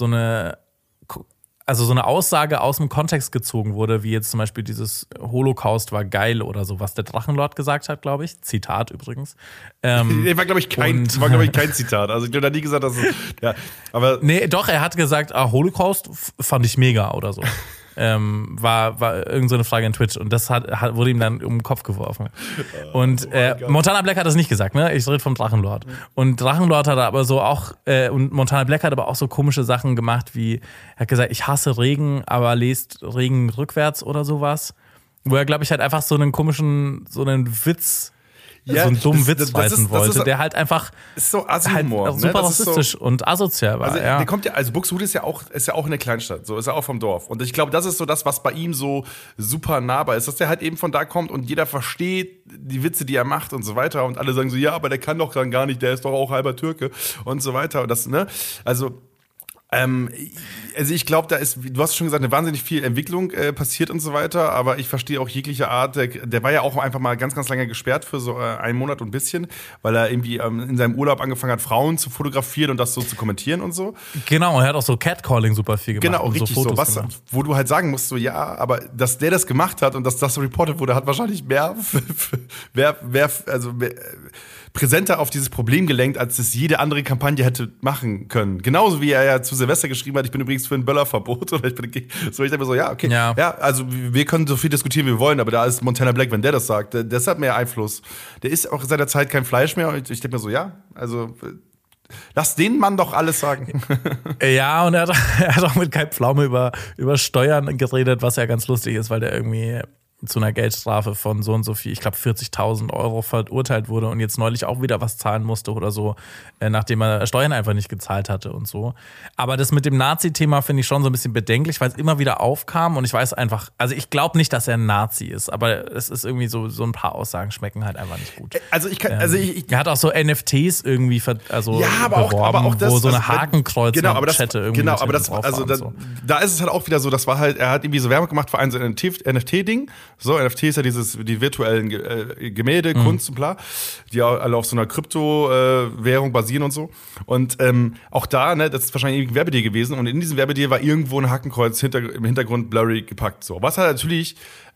Aussage aus dem Kontext gezogen wurde, wie jetzt zum Beispiel dieses Holocaust war geil oder so, was der Drachenlord gesagt hat, glaube ich. Zitat übrigens. War, glaube ich, kein Zitat. Also ich glaube, er hat nie gesagt, dass aber nee, doch, er hat gesagt, Holocaust fand ich mega oder so. War irgend so eine Frage in Twitch und das wurde ihm dann um den Kopf geworfen. Und Montana Black hat das nicht gesagt, ne? Ich rede vom Drachenlord. Und Drachenlord hat aber so auch, und Montana Black hat aber auch so komische Sachen gemacht, wie, er hat gesagt, ich hasse Regen, aber lest Regen rückwärts oder sowas. Wo er, glaube ich, halt einfach so einen Witz, so einen dummen Witz reißen wollte, der halt einfach ist so Assi-Humor, halt super rassistisch und asozial war. Also, der kommt ja, also Buxtehude ist ja auch eine Kleinstadt, so ist er auch vom Dorf. Und ich glaube, das ist so das, was bei ihm so super nahbar ist, dass der halt eben von da kommt und jeder versteht die Witze, die er macht und so weiter. Und alle sagen so, ja, aber der kann doch dann gar nicht, der ist doch auch halber Türke und so weiter. Und das, ne, also ich glaube, du hast schon gesagt, eine wahnsinnig viel Entwicklung passiert und so weiter, aber ich verstehe auch jegliche Art, der war ja auch einfach mal ganz, ganz lange gesperrt für so einen Monat und ein bisschen, weil er irgendwie in seinem Urlaub angefangen hat, Frauen zu fotografieren und das so zu kommentieren und so. Genau, und er hat auch so Catcalling super viel gemacht. Genau, und richtig so, wo du halt sagen musst, so ja, aber dass der das gemacht hat und dass das so reported wurde, hat wahrscheinlich mehr präsenter auf dieses Problem gelenkt, als es jede andere Kampagne hätte machen können. Genauso wie er ja zu Silvester geschrieben hat, ich bin übrigens für ein Böllerverbot oder ich dachte mir so, ja, okay. Ja, also wir können so viel diskutieren, wie wir wollen, aber da ist Montana Black, wenn der das sagt, das hat mehr Einfluss. Der isst auch seit der Zeit kein Fleisch mehr und ich denke mir so, ja, also lass den Mann doch alles sagen. Ja, und er hat auch mit Kai Pflaume über Steuern geredet, was ja ganz lustig ist, weil der irgendwie zu einer Geldstrafe von so und so viel, ich glaube 40.000 Euro verurteilt wurde und jetzt neulich auch wieder was zahlen musste oder so, nachdem er Steuern einfach nicht gezahlt hatte und so. Aber das mit dem Nazi-Thema finde ich schon so ein bisschen bedenklich, weil es immer wieder aufkam und ich weiß einfach, also ich glaube nicht, dass er ein Nazi ist, aber es ist irgendwie so ein paar Aussagen schmecken halt einfach nicht gut. Er hat auch so NFTs irgendwie beworben, aber auch das, wo so eine Hakenkreuz-Chatte irgendwie genau, aber das, also da ist es halt auch wieder so, das war halt, er hat irgendwie so Werbung gemacht für ein so NFT-Ding. So, NFT ist ja die virtuellen Gemälde, Kunst und bla, die alle auf so einer Kryptowährung basieren und so. Und auch da, ne, das ist wahrscheinlich ein Werbedeal gewesen und in diesem Werbedeal war irgendwo ein Hakenkreuz im Hintergrund blurry gepackt. So, was natürlich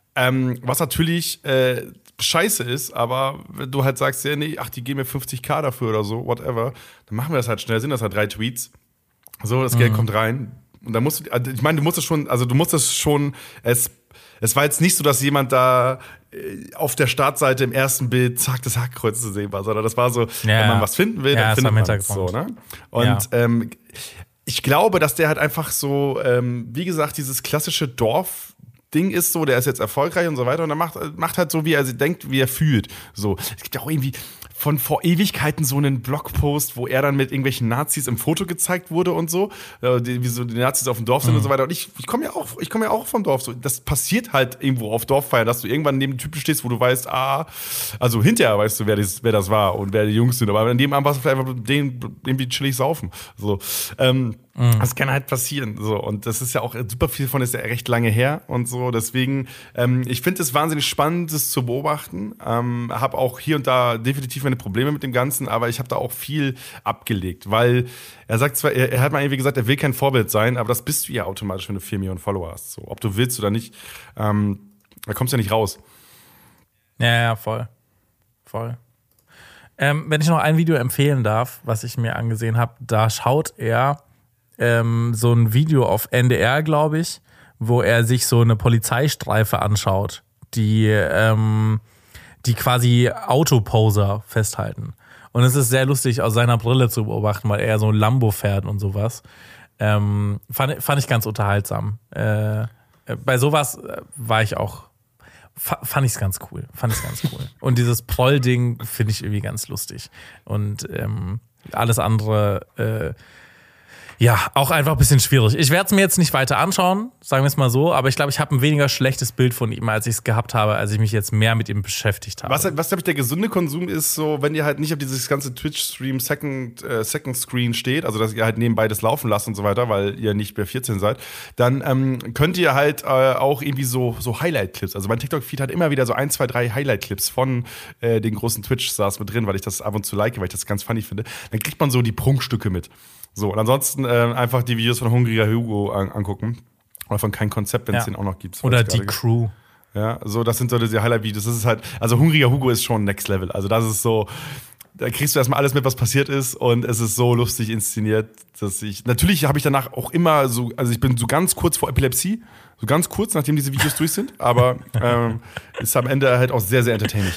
scheiße ist, aber wenn du halt sagst, ja, nee, die geben mir 50.000 dafür oder so, whatever, dann machen wir das halt schnell, sind das halt 3 Tweets. So, das Geld kommt rein. Und dann musst du es war jetzt nicht so, dass jemand da auf der Startseite im ersten Bild, zack, das Hakenkreuz zu sehen war, sondern das war so, wenn man was finden will, dann findet man es so, ne? Und ich glaube, dass der halt einfach so, wie gesagt, dieses klassische Dorf-Ding ist so, der ist jetzt erfolgreich und so weiter und er macht halt so, wie er denkt, wie er fühlt. So. Es gibt ja auch irgendwie von vor Ewigkeiten so einen Blogpost, wo er dann mit irgendwelchen Nazis im Foto gezeigt wurde und so, wie so die Nazis auf dem Dorf sind und so weiter. Und ich komme ja auch vom Dorf. So. Das passiert halt irgendwo auf Dorffeiern, dass du irgendwann neben dem Typen stehst, wo du weißt, also hinterher weißt du, wer das war und wer die Jungs sind. Aber an dem Abend warst du vielleicht einfach mit denen irgendwie chillig saufen. So. Das kann halt passieren. So. Und das ist ja auch super viel von, ist ja recht lange her und so. Deswegen, ich finde es wahnsinnig spannend, das zu beobachten. Habe auch hier und da definitiv meine Probleme mit dem Ganzen, aber ich habe da auch viel abgelegt, weil er sagt zwar, er hat mal irgendwie gesagt, er will kein Vorbild sein, aber das bist du ja automatisch, wenn du 4 Millionen Follower hast. So, ob du willst oder nicht, da kommst du ja nicht raus. Ja, voll. Wenn ich noch ein Video empfehlen darf, was ich mir angesehen habe, da schaut er so ein Video auf NDR, glaube ich, wo er sich so eine Polizeistreife anschaut, die quasi Autoposer festhalten. Und es ist sehr lustig, aus seiner Brille zu beobachten, weil er so ein Lambo fährt und sowas. Fand ich ganz unterhaltsam. Bei sowas war ich auch, fand ich es ganz cool. Und dieses Proll-Ding finde ich irgendwie ganz lustig. Und alles andere ja, auch einfach ein bisschen schwierig. Ich werde es mir jetzt nicht weiter anschauen, sagen wir es mal so, aber ich glaube, ich habe ein weniger schlechtes Bild von ihm, als ich es gehabt habe, als ich mich jetzt mehr mit ihm beschäftigt habe. Was glaube ich, der gesunde Konsum ist, so, wenn ihr halt nicht auf dieses ganze Twitch-Stream Second Screen steht, also dass ihr halt nebenbei das laufen lasst und so weiter, weil ihr nicht mehr 14 seid, dann könnt ihr halt auch irgendwie so Highlight-Clips, also mein TikTok-Feed hat immer wieder so 1, 2, 3 Highlight-Clips von den großen Twitch-Stars mit drin, weil ich das ab und zu like, weil ich das ganz funny finde. Dann kriegt man so die Prunkstücke mit. So, und ansonsten einfach die Videos von Hungriger Hugo angucken. Oder von Kein Konzept, wenn es den auch noch gibt. Oder die Crew. Ja, so, das sind so diese Highlight-Videos. Das ist halt, also Hungriger Hugo ist schon Next Level. Also das ist so, da kriegst du erstmal alles mit, was passiert ist. Und es ist so lustig inszeniert, dass natürlich habe ich danach auch immer so, also ich bin so ganz kurz vor Epilepsie. So ganz kurz, nachdem diese Videos durch sind. Aber ist am Ende halt auch sehr, sehr entertaining.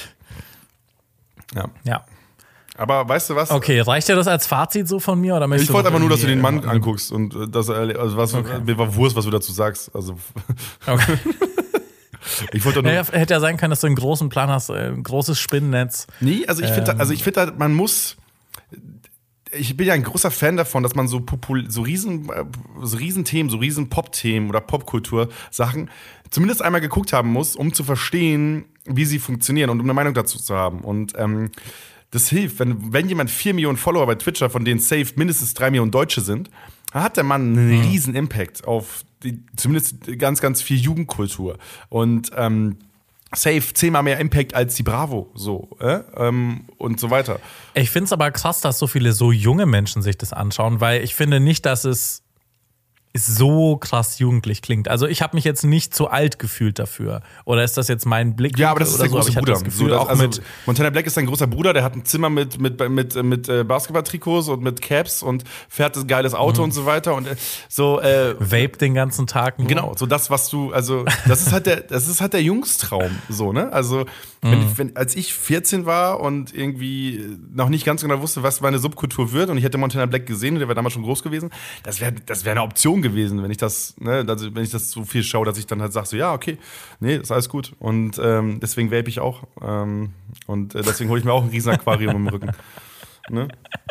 Ja. Aber weißt du was? Okay, reicht dir das als Fazit so von mir? Oder ich wollte aber nur, dass du den Mann anguckst und das, also mir war Wurst, was du dazu sagst. Also. Okay. Ich wollte nur. Hätte ja sein können, dass du einen großen Plan hast, ein großes Spinnennetz. Nee, also ich finde, man muss. Ich bin ja ein großer Fan davon, dass man so Riesenthemen, so riesen Pop-Themen oder Popkultur-Sachen zumindest einmal geguckt haben muss, um zu verstehen, wie sie funktionieren und um eine Meinung dazu zu haben. Und das hilft, wenn jemand 4 Millionen Follower bei Twitch hat, von denen safe mindestens 3 Millionen Deutsche sind, dann hat der Mann einen riesen Impact auf zumindest ganz, ganz viel Jugendkultur. Und safe 10-mal mehr Impact als die Bravo, so, und so weiter. Ich finde es aber krass, dass so viele so junge Menschen sich das anschauen, weil ich finde nicht, dass es so krass jugendlich klingt. Also ich habe mich jetzt nicht zu alt gefühlt dafür. Oder ist das jetzt mein Blick? Ja, aber das ist der große Bruder. Das Gefühl, auch mit Montana Black ist sein großer Bruder, der hat ein Zimmer mit Basketballtrikots und mit Caps und fährt ein geiles Auto und so weiter. Und vape den ganzen Tag nur. Genau, so das, was du, also das ist halt der Jungstraum, so, ne? Also als ich 14 war und irgendwie noch nicht ganz genau wusste, was meine Subkultur wird und ich hätte Montana Black gesehen, der war damals schon groß gewesen, das wäre eine Option gewesen, wenn ich das, ne, also wenn ich das so viel schaue, dass ich dann halt sage, so ja, okay, nee, ist alles gut. Und deswegen vape ich auch. Und deswegen hole ich mir auch ein riesen Aquarium im Rücken. Ne?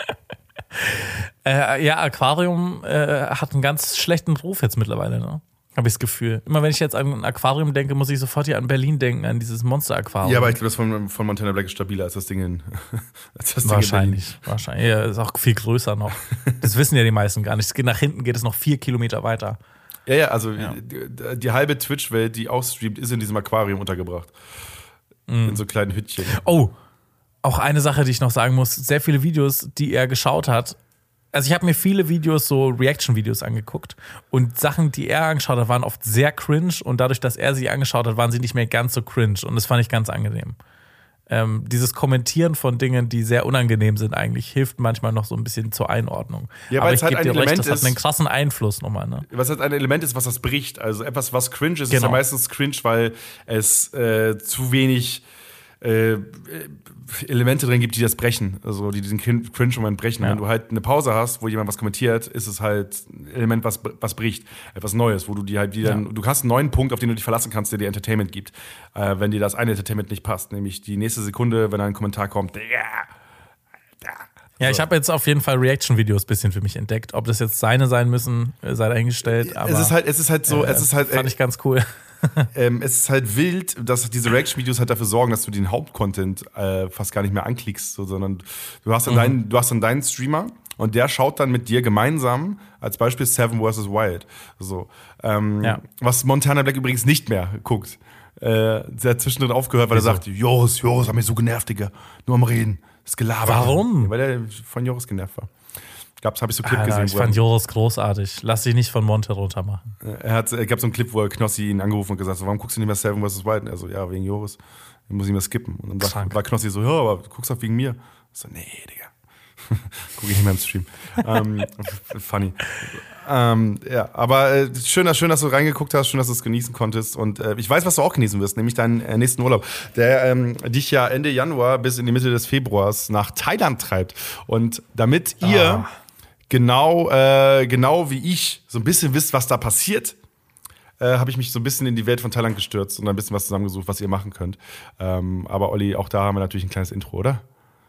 Ja, Aquarium hat einen ganz schlechten Ruf jetzt mittlerweile, ne? Habe ich das Gefühl. Immer wenn ich jetzt an ein Aquarium denke, muss ich sofort hier an Berlin denken, an dieses Monster-Aquarium. Ja, aber ich glaube, das von Montana Black ist stabiler als das Ding in Wahrscheinlich. Ja, ist auch viel größer noch. Das wissen ja die meisten gar nicht. Nach hinten geht es noch 4 Kilometer weiter. Ja, also die halbe Twitch-Welt, die auch streamt, ist in diesem Aquarium untergebracht. In so kleinen Hütchen. Oh, auch eine Sache, die ich noch sagen muss. Sehr viele Videos, die er geschaut hat. Also ich habe mir viele Videos, so Reaction-Videos angeguckt und Sachen, die er angeschaut hat, waren oft sehr cringe und dadurch, dass er sie angeschaut hat, waren sie nicht mehr ganz so cringe und das fand ich ganz angenehm. Dieses Kommentieren von Dingen, die sehr unangenehm sind eigentlich, hilft manchmal noch so ein bisschen zur Einordnung. Ja, aber weil ich es halt gebe ein dir recht, Element das hat einen krassen Einfluss nochmal. Ne? Was halt ein Element ist, was das bricht. Also etwas, was cringe ist, ist ja Genau. meistens cringe, weil es zu wenig Elemente drin gibt, die das brechen, also die diesen Cringe-Moment brechen. Ja. Wenn du halt eine Pause hast, wo jemand was kommentiert, ist es halt ein Element, was bricht, etwas Neues, wo du dir halt wieder, du hast einen neuen Punkt, auf den du dich verlassen kannst, der dir Entertainment gibt, wenn dir das eine Entertainment nicht passt, nämlich die nächste Sekunde, wenn ein Kommentar kommt, Ja, ich habe jetzt auf jeden Fall Reaction-Videos ein bisschen für mich entdeckt. Ob das jetzt seine sein müssen, sei dahingestellt. Aber es ist halt so, fand ich ganz cool. Es ist halt wild, dass diese Reaction-Videos halt dafür sorgen, dass du den Hauptcontent fast gar nicht mehr anklickst, so, sondern du hast dann deinen Streamer und der schaut dann mit dir gemeinsam, als Beispiel Seven vs. Wild. So, was Montana Black übrigens nicht mehr guckt. Der hat zwischendrin aufgehört, weil er sagt, Joris hat mich so genervt, Digga. Nur am Reden. Das Gelaber. Warum? Weil er von Joris genervt war. Habe ich so einen Clip gesehen. Ich fand Joris großartig. Lass dich nicht von Monte runter machen. Es gab so einen Clip, wo Knossi ihn angerufen und gesagt hat, warum guckst du nicht mehr Seven vs. Wild? Und er so, ja, wegen Joris. Dann muss ich mal skippen. Und dann war Knossi so, ja, aber du guckst auch wegen mir. Ich so, nee, Digga. Guck ich nicht mehr im Stream. Funny. Aber schön, dass du reingeguckt hast, schön, dass du es genießen konntest. Und ich weiß, was du auch genießen wirst, nämlich deinen nächsten Urlaub, der dich ja Ende Januar bis in die Mitte des Februars nach Thailand treibt. Und damit ihr genau wie ich so ein bisschen wisst, was da passiert, habe ich mich so ein bisschen in die Welt von Thailand gestürzt und ein bisschen was zusammengesucht, was ihr machen könnt. Aber Olli, auch da haben wir natürlich ein kleines Intro, oder?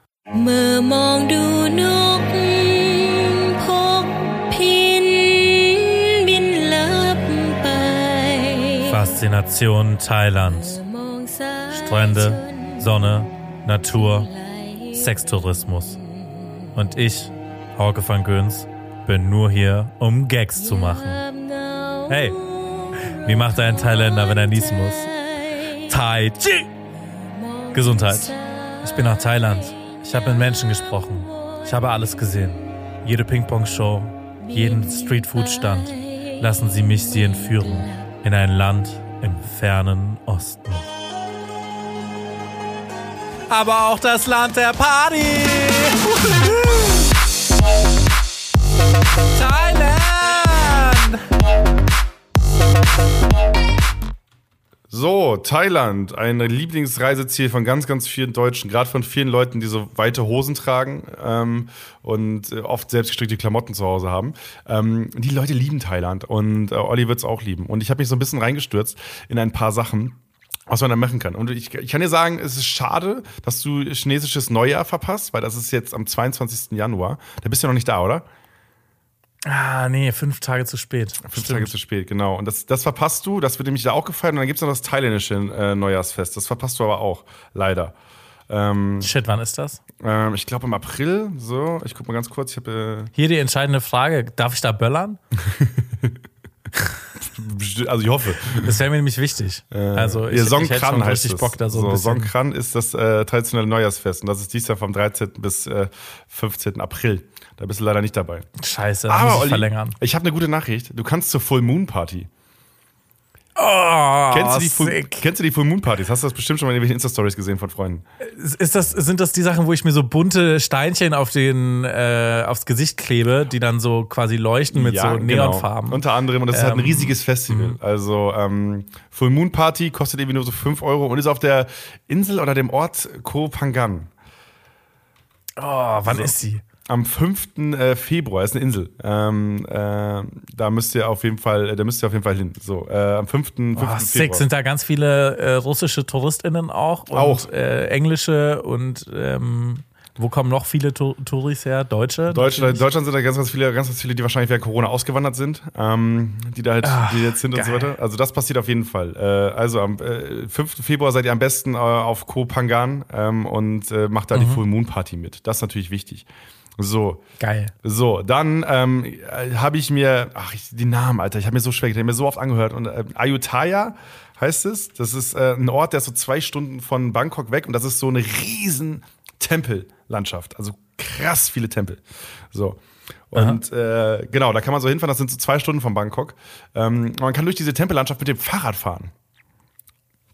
Faszination Thailand. Strände, Sonne, Natur, Sextourismus. Und ich, Hauke van Göns, bin nur hier, um Gags zu machen. Hey, wie macht ein Thailänder, wenn er niesen muss? Tai Chi! Gesundheit. Ich bin nach Thailand. Ich habe mit Menschen gesprochen. Ich habe alles gesehen. Jede Ping-Pong-Show, jeden Streetfood-Stand. Lassen Sie mich Sie entführen in ein Land im fernen Osten. Aber auch das Land der Party! Thailand! So, Thailand, ein Lieblingsreiseziel von ganz, ganz vielen Deutschen, gerade von vielen Leuten, die so weite Hosen tragen und oft selbstgestrickte Klamotten zu Hause haben. Die Leute lieben Thailand und Olli wird es auch lieben. Und ich habe mich so ein bisschen reingestürzt in ein paar Sachen, was man da machen kann. Und ich kann dir sagen, es ist schade, dass du chinesisches Neujahr verpasst, weil das ist jetzt am 22. Januar. Da bist du ja noch nicht da, oder? Nee, 5 Tage zu spät. 5 Tage zu spät, genau. Und das verpasst du, das wird nämlich da auch gefeiert. Und dann gibt es noch das thailändische Neujahrsfest. Das verpasst du aber auch, leider. Shit, wann ist das? Ich glaube im April. So, ich guck mal ganz kurz. Hier die entscheidende Frage: Darf ich da böllern? Also ich hoffe. Das wäre mir nämlich wichtig. Also ich hätte schon richtig Bock da so ein bisschen. Songkran ist das traditionelle Neujahrsfest. Und das ist dieses Jahr vom 13. bis 15. April. Da bist du leider nicht dabei. Scheiße, das muss ich verlängern. Ich habe eine gute Nachricht. Du kannst zur Full Moon Party. Oh, kennst du die Full Moon Partys? Hast du das bestimmt schon mal in irgendwelchen Insta-Stories gesehen von Freunden? Sind das die Sachen, wo ich mir so bunte Steinchen aufs Gesicht klebe, die dann so quasi leuchten mit so Neonfarben? Genau. Unter anderem, und das ist halt ein riesiges Festival. Also Full Moon Party kostet irgendwie nur so 5 € und ist auf der Insel oder dem Ort Koh Phangan. Wann ist sie? Am 5. Februar, ist eine Insel. Da müsst ihr auf jeden Fall hin. So, am 5. Februar. Sind da ganz viele russische TouristInnen auch? Und englische und wo kommen noch viele Touris her? Deutsche? Deutschland sind da ganz viele, die wahrscheinlich während Corona ausgewandert sind, die da halt, die jetzt sind geil. Und so weiter. Also das passiert auf jeden Fall. Also am 5. Februar seid ihr am besten auf Koh Phangan und macht da die Full Moon Party mit. Das ist natürlich wichtig. So. Geil. So, dann habe ich mir, die Namen, Alter, ich habe mir so schwer, ich habe mir so oft angehört. Und Ayutthaya heißt es. Das ist ein Ort, der ist so 2 Stunden von Bangkok weg und das ist so eine riesen Tempellandschaft. Also krass viele Tempel. So. Und genau, da kann man so hinfahren, das sind so 2 Stunden von Bangkok. Man kann durch diese Tempellandschaft mit dem Fahrrad fahren.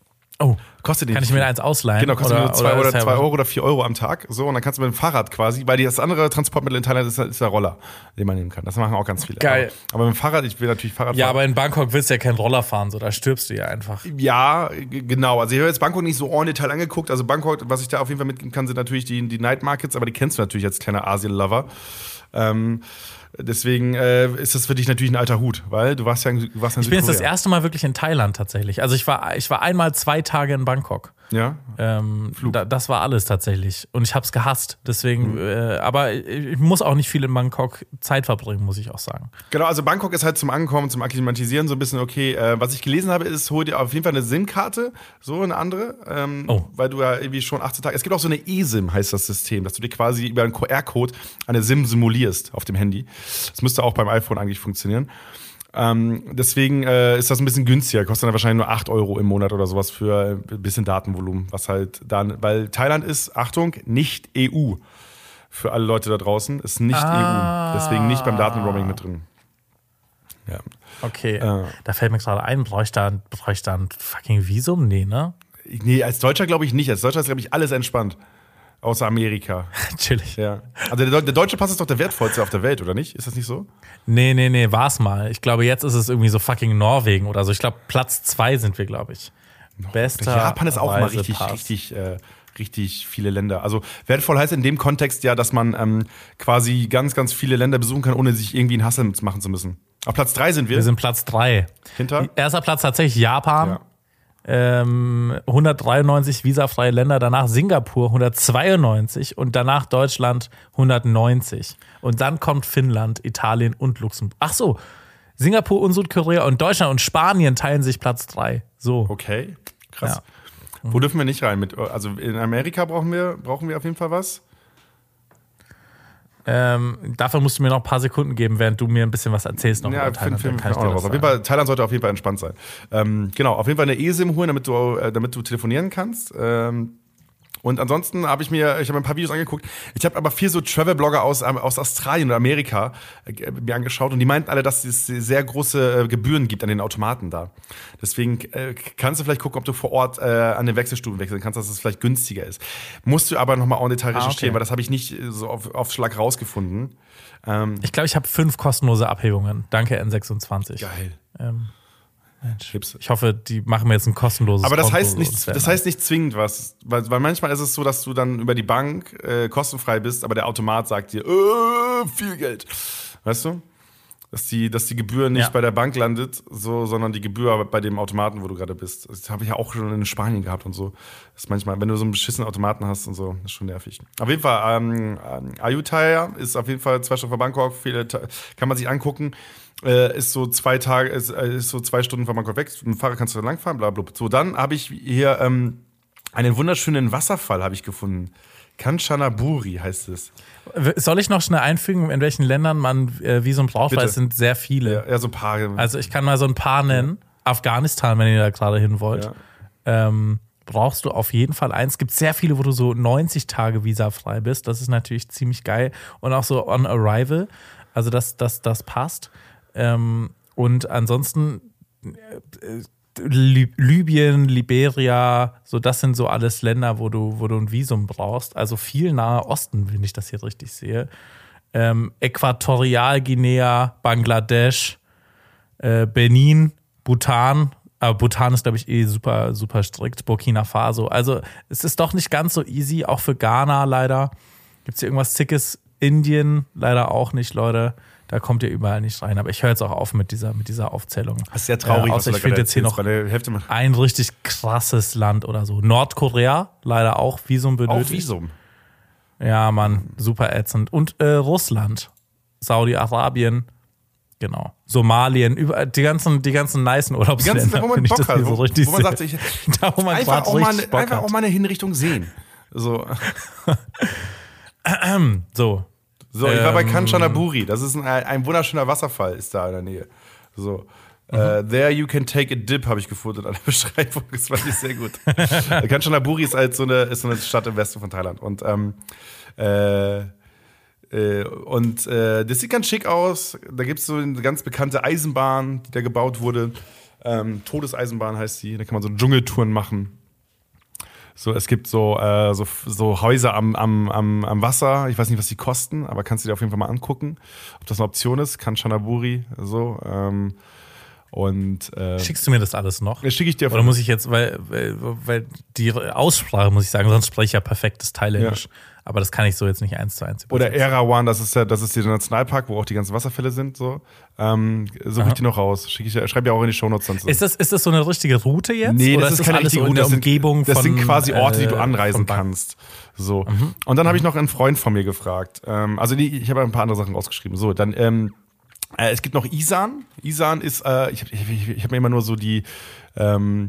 Oh, Kostet kann nicht ich mir viel. da eins ausleihen? Genau, kostet nur 2 ist ja- Euro oder 4 Euro am Tag. So, und dann kannst du mit dem Fahrrad quasi, weil das andere Transportmittel in Thailand ist der Roller, den man nehmen kann. Das machen auch ganz viele. Geil. Aber mit dem Fahrrad, ich will natürlich Fahrrad Ja, fahren. aber in Bangkok willst du ja keinen Roller fahren, so, da stirbst du ja einfach. Ja, genau. Also ich habe jetzt Bangkok nicht so en Detail angeguckt. Also Bangkok, was ich da auf jeden Fall mitgeben kann, sind natürlich die Night Markets, aber die kennst du natürlich als kleiner Asien-Lover. Deswegen ist das für dich natürlich ein alter Hut, weil du warst ja in Südkorea. Ich bin jetzt das erste Mal wirklich in Thailand tatsächlich. Also ich war einmal 2 Tage in Bangkok. Ja? Das war alles tatsächlich. Und ich habe es gehasst. Deswegen, aber ich muss auch nicht viel in Bangkok Zeit verbringen, muss ich auch sagen. Genau, also Bangkok ist halt zum Ankommen, zum Akklimatisieren so ein bisschen okay. Was ich gelesen habe, ist, hol dir auf jeden Fall eine SIM-Karte, so eine andere, weil du ja irgendwie schon 18 Tage, es gibt auch so eine eSIM, heißt das System, dass du dir quasi über einen QR-Code eine SIM simulierst auf dem Handy. Das müsste auch beim iPhone eigentlich funktionieren. Deswegen ist das ein bisschen günstiger, kostet dann wahrscheinlich nur 8 Euro im Monat oder sowas für ein bisschen Datenvolumen, was halt dann, weil Thailand ist, Achtung, nicht EU. Für alle Leute da draußen, ist nicht EU. Deswegen nicht beim Datenroaming mit drin. Ja. Okay, da fällt mir gerade ein, brauche ich da ein fucking Visum? Nee, ne? Nee, als Deutscher glaube ich nicht. Als Deutscher ist, glaube ich, alles entspannt. Außer Amerika. Chillig. Ja. Also der deutsche Pass ist doch der wertvollste auf der Welt, oder nicht? Ist das nicht so? Nee, war's mal. Ich glaube, jetzt ist es irgendwie so fucking Norwegen oder so. Ich glaube, Platz 2 sind wir, glaube ich. Bester Japan ist auch mal Reisepass. richtig viele Länder. Also wertvoll heißt in dem Kontext ja, dass man quasi ganz, ganz viele Länder besuchen kann, ohne sich irgendwie einen Hassel machen zu müssen. Auf Platz 3 sind wir. Wir sind Platz 3. Hinter? Erster Platz tatsächlich Japan. Ja. 193 visafreie Länder, danach Singapur 192 und danach Deutschland 190. Und dann kommt Finnland, Italien und Luxemburg. Ach so, Singapur und Südkorea und Deutschland und Spanien teilen sich Platz 3. So. Okay, krass. Ja. Wo dürfen wir nicht rein? Also in Amerika brauchen wir auf jeden Fall was. Dafür musst du mir noch ein paar Sekunden geben, während du mir ein bisschen was erzählst. Noch Ja, über Thailand. Film Dann kann ich auch dir noch das was. Auf jeden sagen. Fall, Thailand sollte auf jeden Fall entspannt sein. Genau, auf jeden Fall eine eSIM holen, damit du telefonieren kannst. Und ansonsten habe ich mir ein paar Videos angeguckt. Ich habe aber viel so Travel-Blogger aus Australien oder Amerika mir angeschaut und die meinten alle, dass es sehr große Gebühren gibt an den Automaten da. Deswegen kannst du vielleicht gucken, ob du vor Ort an den Wechselstufen wechseln kannst, dass es vielleicht günstiger ist. Musst du aber nochmal en Detail recherchieren, okay. weil das habe ich nicht so auf Schlag rausgefunden. Ich glaube, ich habe 5 kostenlose Abhebungen. Danke, N26. Geil. Mensch. Ich hoffe, die machen mir jetzt ein kostenloses Aber das Konto, heißt sonst wäre das heißt nicht zwingend was. Weil manchmal ist es so, dass du dann über die Bank kostenfrei bist, aber der Automat sagt dir, viel Geld. Weißt du? Dass die Gebühr nicht bei der Bank landet, sondern die Gebühr bei dem Automaten, wo du gerade bist. Das habe ich ja auch schon in Spanien gehabt und so. Das ist manchmal, wenn du so einen beschissenen Automaten hast und so, ist schon nervig. Auf jeden Fall, Ayutthaya ist auf jeden Fall 2 Stunden von Bangkok, kann man sich angucken. Ist so 2 Tage, ist so 2 Stunden von Bangkok weg. Mit dem Fahrrad kannst du da langfahren, bla bla. So, dann habe ich hier einen wunderschönen Wasserfall habe ich gefunden. Kanchanaburi heißt es. Soll ich noch schnell einfügen, in welchen Ländern man Visum braucht? Bitte. Weil es sind sehr viele. Ja, so ein paar. Also ich kann mal so ein paar nennen. Afghanistan, wenn ihr da gerade hin wollt. Ja. Brauchst du auf jeden Fall eins. Es gibt sehr viele, wo du so 90 Tage visafrei bist. Das ist natürlich ziemlich geil. Und auch so on arrival. Also das passt. Und ansonsten Libyen, Liberia, so das sind so alles Länder, wo du ein Visum brauchst. Also viel Nahe Osten, wenn ich das hier richtig sehe. Äquatorialguinea, Bangladesch, Benin, Bhutan. Aber Bhutan ist, glaube ich, super, super strikt. Burkina Faso. Also es ist doch nicht ganz so easy, auch für Ghana leider. Gibt es hier irgendwas Zickes? Indien leider auch nicht, Leute. Da kommt ihr überall nicht rein. Aber ich höre jetzt auch auf mit dieser Aufzählung. Das ist sehr traurig, was außer du ich da finde gerade jetzt hier noch erzählst, weil ein richtig krasses Land oder so. Nordkorea, leider auch Visum benötigt. Auch Visum. Ja, Mann, super ätzend. Und Russland, Saudi-Arabien, genau. Somalien, die ganzen nicen Urlaubsländer. Wo man finde ich Bock das hat, hier so richtig wo man sagt, da, wo man einfach gerade richtig Bock auch hat. mal eine Hinrichtung sehen. So, So. ich war bei Kanchanaburi. Das ist ein wunderschöner Wasserfall, ist da in der Nähe. So. There you can take a dip, habe ich gefunden an der Beschreibung. Das fand ich sehr gut. Kanchanaburi ist halt so eine Stadt im Westen von Thailand. Und das sieht ganz schick aus. Da gibt es so eine ganz bekannte Eisenbahn, die da gebaut wurde. Todeseisenbahn heißt die. Da kann man so Dschungeltouren machen. So, es gibt so Häuser am Wasser. Ich weiß nicht, was die kosten, aber kannst du dir auf jeden Fall mal angucken, ob das eine Option ist. Kanchanaburi, so. Schickst du mir das alles noch? Schicke ich dir. Oder muss ich jetzt, weil die Aussprache, muss ich sagen, sonst spreche ich ja perfektes Thailändisch. Ja. Aber das kann ich so jetzt nicht 1:1 übersetzen. Oder Erawan, das ist der Nationalpark, wo auch die ganzen Wasserfälle sind. Suche ich die noch raus. Schreibe ja auch in die Shownotes dann so. Ist das so eine richtige Route jetzt? Nee, oder das ist keine richtige Route. Das sind quasi Orte, die du anreisen kannst. So. Und dann habe ich noch einen Freund von mir gefragt. Ich habe ein paar andere Sachen rausgeschrieben. So, dann es gibt noch Isan. Isan ist, ich hab mir immer nur so die Namen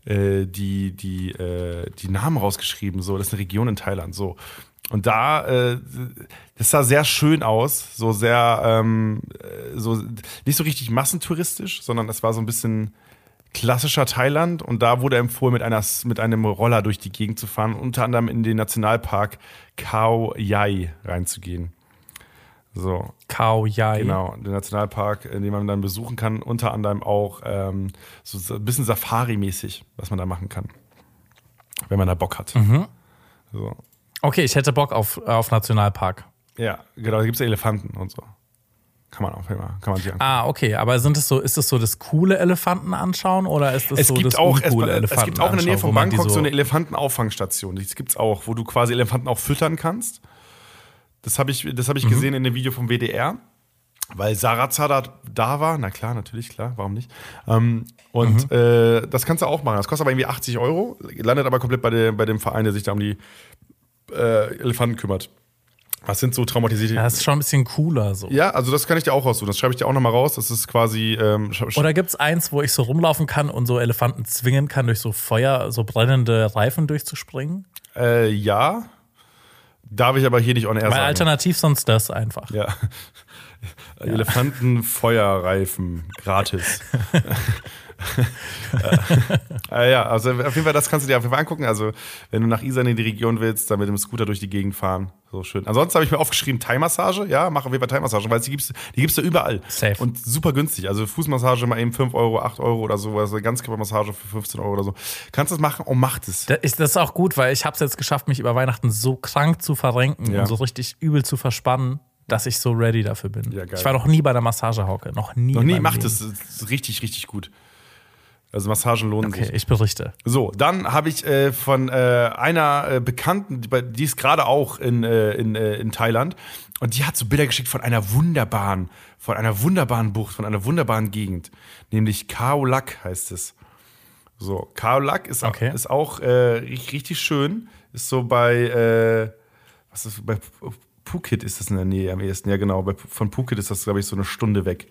rausgeschrieben. So, das ist eine Region in Thailand. So. Und das sah sehr schön aus, so sehr, so nicht so richtig massentouristisch, sondern es war so ein bisschen klassischer Thailand. Und da wurde empfohlen, mit einem Roller durch die Gegend zu fahren, unter anderem in den Nationalpark Khao Yai reinzugehen. So. Khao Yai. Genau, der Nationalpark, den man dann besuchen kann, unter anderem auch so ein bisschen Safari-mäßig, was man da machen kann, wenn man da Bock hat. So. Okay, ich hätte Bock auf Nationalpark. Ja, genau, da gibt es ja Elefanten und so. Kann man sich angucken. Okay, aber ist es so das coole Elefanten anschauen oder ist das es so gibt das auch, uncoole Elefanten Es gibt auch in der Nähe von anschauen, Bangkok so eine Elefantenauffangstation. Das gibt's auch, wo du quasi Elefanten auch füttern kannst. Das hab ich gesehen in dem Video vom WDR, weil Sarazada da war. Na klar, natürlich, klar, warum nicht? Das kannst du auch machen. Das kostet aber irgendwie 80 €, landet aber komplett bei dem Verein, der sich da um die Elefanten kümmert. Was sind so traumatisierte... Das ist schon ein bisschen cooler so. Ja, also das kann ich dir auch raussuchen. Das schreibe ich dir auch nochmal raus. Das ist quasi... Oder gibt's eins, wo ich so rumlaufen kann und so Elefanten zwingen kann, durch so Feuer, so brennende Reifen durchzuspringen? Ja. Darf ich aber hier nicht on air sagen. Alternativ sonst das einfach. Ja. Elefantenfeuerreifen gratis. Also auf jeden Fall, das kannst du dir auf jeden Fall angucken. Also, wenn du nach Isan in die Region willst, dann mit dem Scooter durch die Gegend fahren. So schön. Ansonsten habe ich mir aufgeschrieben, Thai-Massage. Ja, mach auf jeden Fall Thai-Massage, weil die gibt's da überall. Safe. Und super günstig. Also Fußmassage mal eben 5 €, 8 € oder so. Also Ganzkörpermassage für 15 € oder so. Kannst du das machen und mach das. Das ist auch gut, weil ich habe es jetzt geschafft, mich über Weihnachten so krank zu verrenken und so richtig übel zu verspannen, dass ich so ready dafür bin. Ja, geil. Ich war noch nie bei der Massagehauke. Noch nie. Macht das. Das ist richtig, richtig gut. Also Massagen lohnen sich. Okay, ich berichte. So, dann habe ich von einer Bekannten, die ist gerade auch in Thailand, und die hat so Bilder geschickt von einer wunderbaren Bucht, von einer wunderbaren Gegend, nämlich Khao Lak heißt es. So, Khao Lak ist auch richtig schön, ist so bei Phuket ist das in der Nähe am ehesten. Ja, genau, von Phuket ist das, glaube ich, so eine Stunde weg.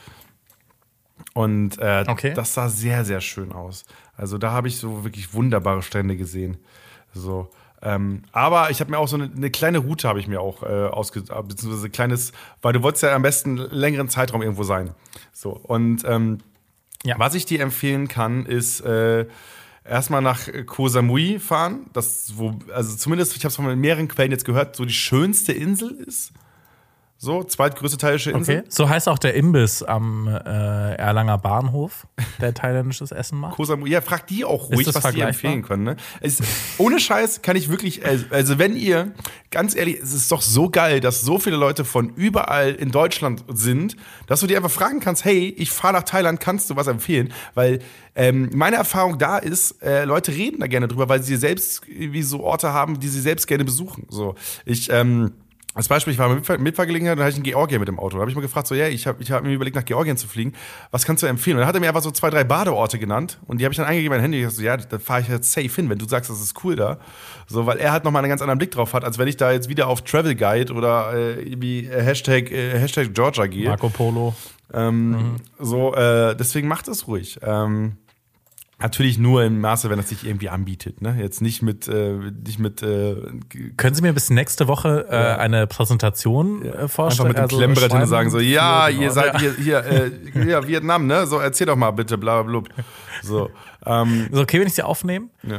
Und das sah sehr, sehr schön aus. Also da habe ich so wirklich wunderbare Strände gesehen. So, aber ich habe mir auch so eine kleine Route habe ich mir auch beziehungsweise ein kleines, weil du wolltest ja am besten einen längeren Zeitraum irgendwo sein. So, und was ich dir empfehlen kann, ist erstmal nach Koh Samui fahren. Also zumindest, ich habe es von mehreren Quellen jetzt gehört, so die schönste Insel ist. So, zweitgrößte thailändische Insel. Okay. So heißt auch der Imbiss am Erlanger Bahnhof, der thailändisches Essen macht. Koh Samui, ja, frag die auch ruhig, was die empfehlen können. Ne? Ohne Scheiß kann ich wirklich, also wenn ihr, ganz ehrlich, es ist doch so geil, dass so viele Leute von überall in Deutschland sind, dass du dir einfach fragen kannst, hey, ich fahre nach Thailand, kannst du was empfehlen? Weil meine Erfahrung da ist, Leute reden da gerne drüber, weil sie selbst wie so Orte haben, die sie selbst gerne besuchen. So, als Beispiel, ich war Mitfahrgelegenheit, da hatte ich einen Georgier mit dem Auto. Da habe ich mal gefragt, so, ja, ich hab mir überlegt, nach Georgien zu fliegen. Was kannst du empfehlen? Und dann hat er mir einfach so 2, 3 Badeorte genannt. Und die habe ich dann eingegeben in mein Handy. Ich dachte so, ja, da fahre ich jetzt safe hin, wenn du sagst, das ist cool da. So, weil er halt nochmal einen ganz anderen Blick drauf hat, als wenn ich da jetzt wieder auf Travel Guide oder irgendwie Hashtag Georgia gehe. Marco Polo. Deswegen macht es ruhig. Natürlich nur im Maße, wenn es sich irgendwie anbietet. Ne? Jetzt nicht mit. Können Sie mir bis nächste Woche eine Präsentation vorstellen? Einfach mit dem Klemmbrett hin und sagen so, ja, ihr seid hier Vietnam, ne? So, erzähl doch mal bitte, bla bla bla. So, ist okay, wenn ich sie aufnehme? Ja.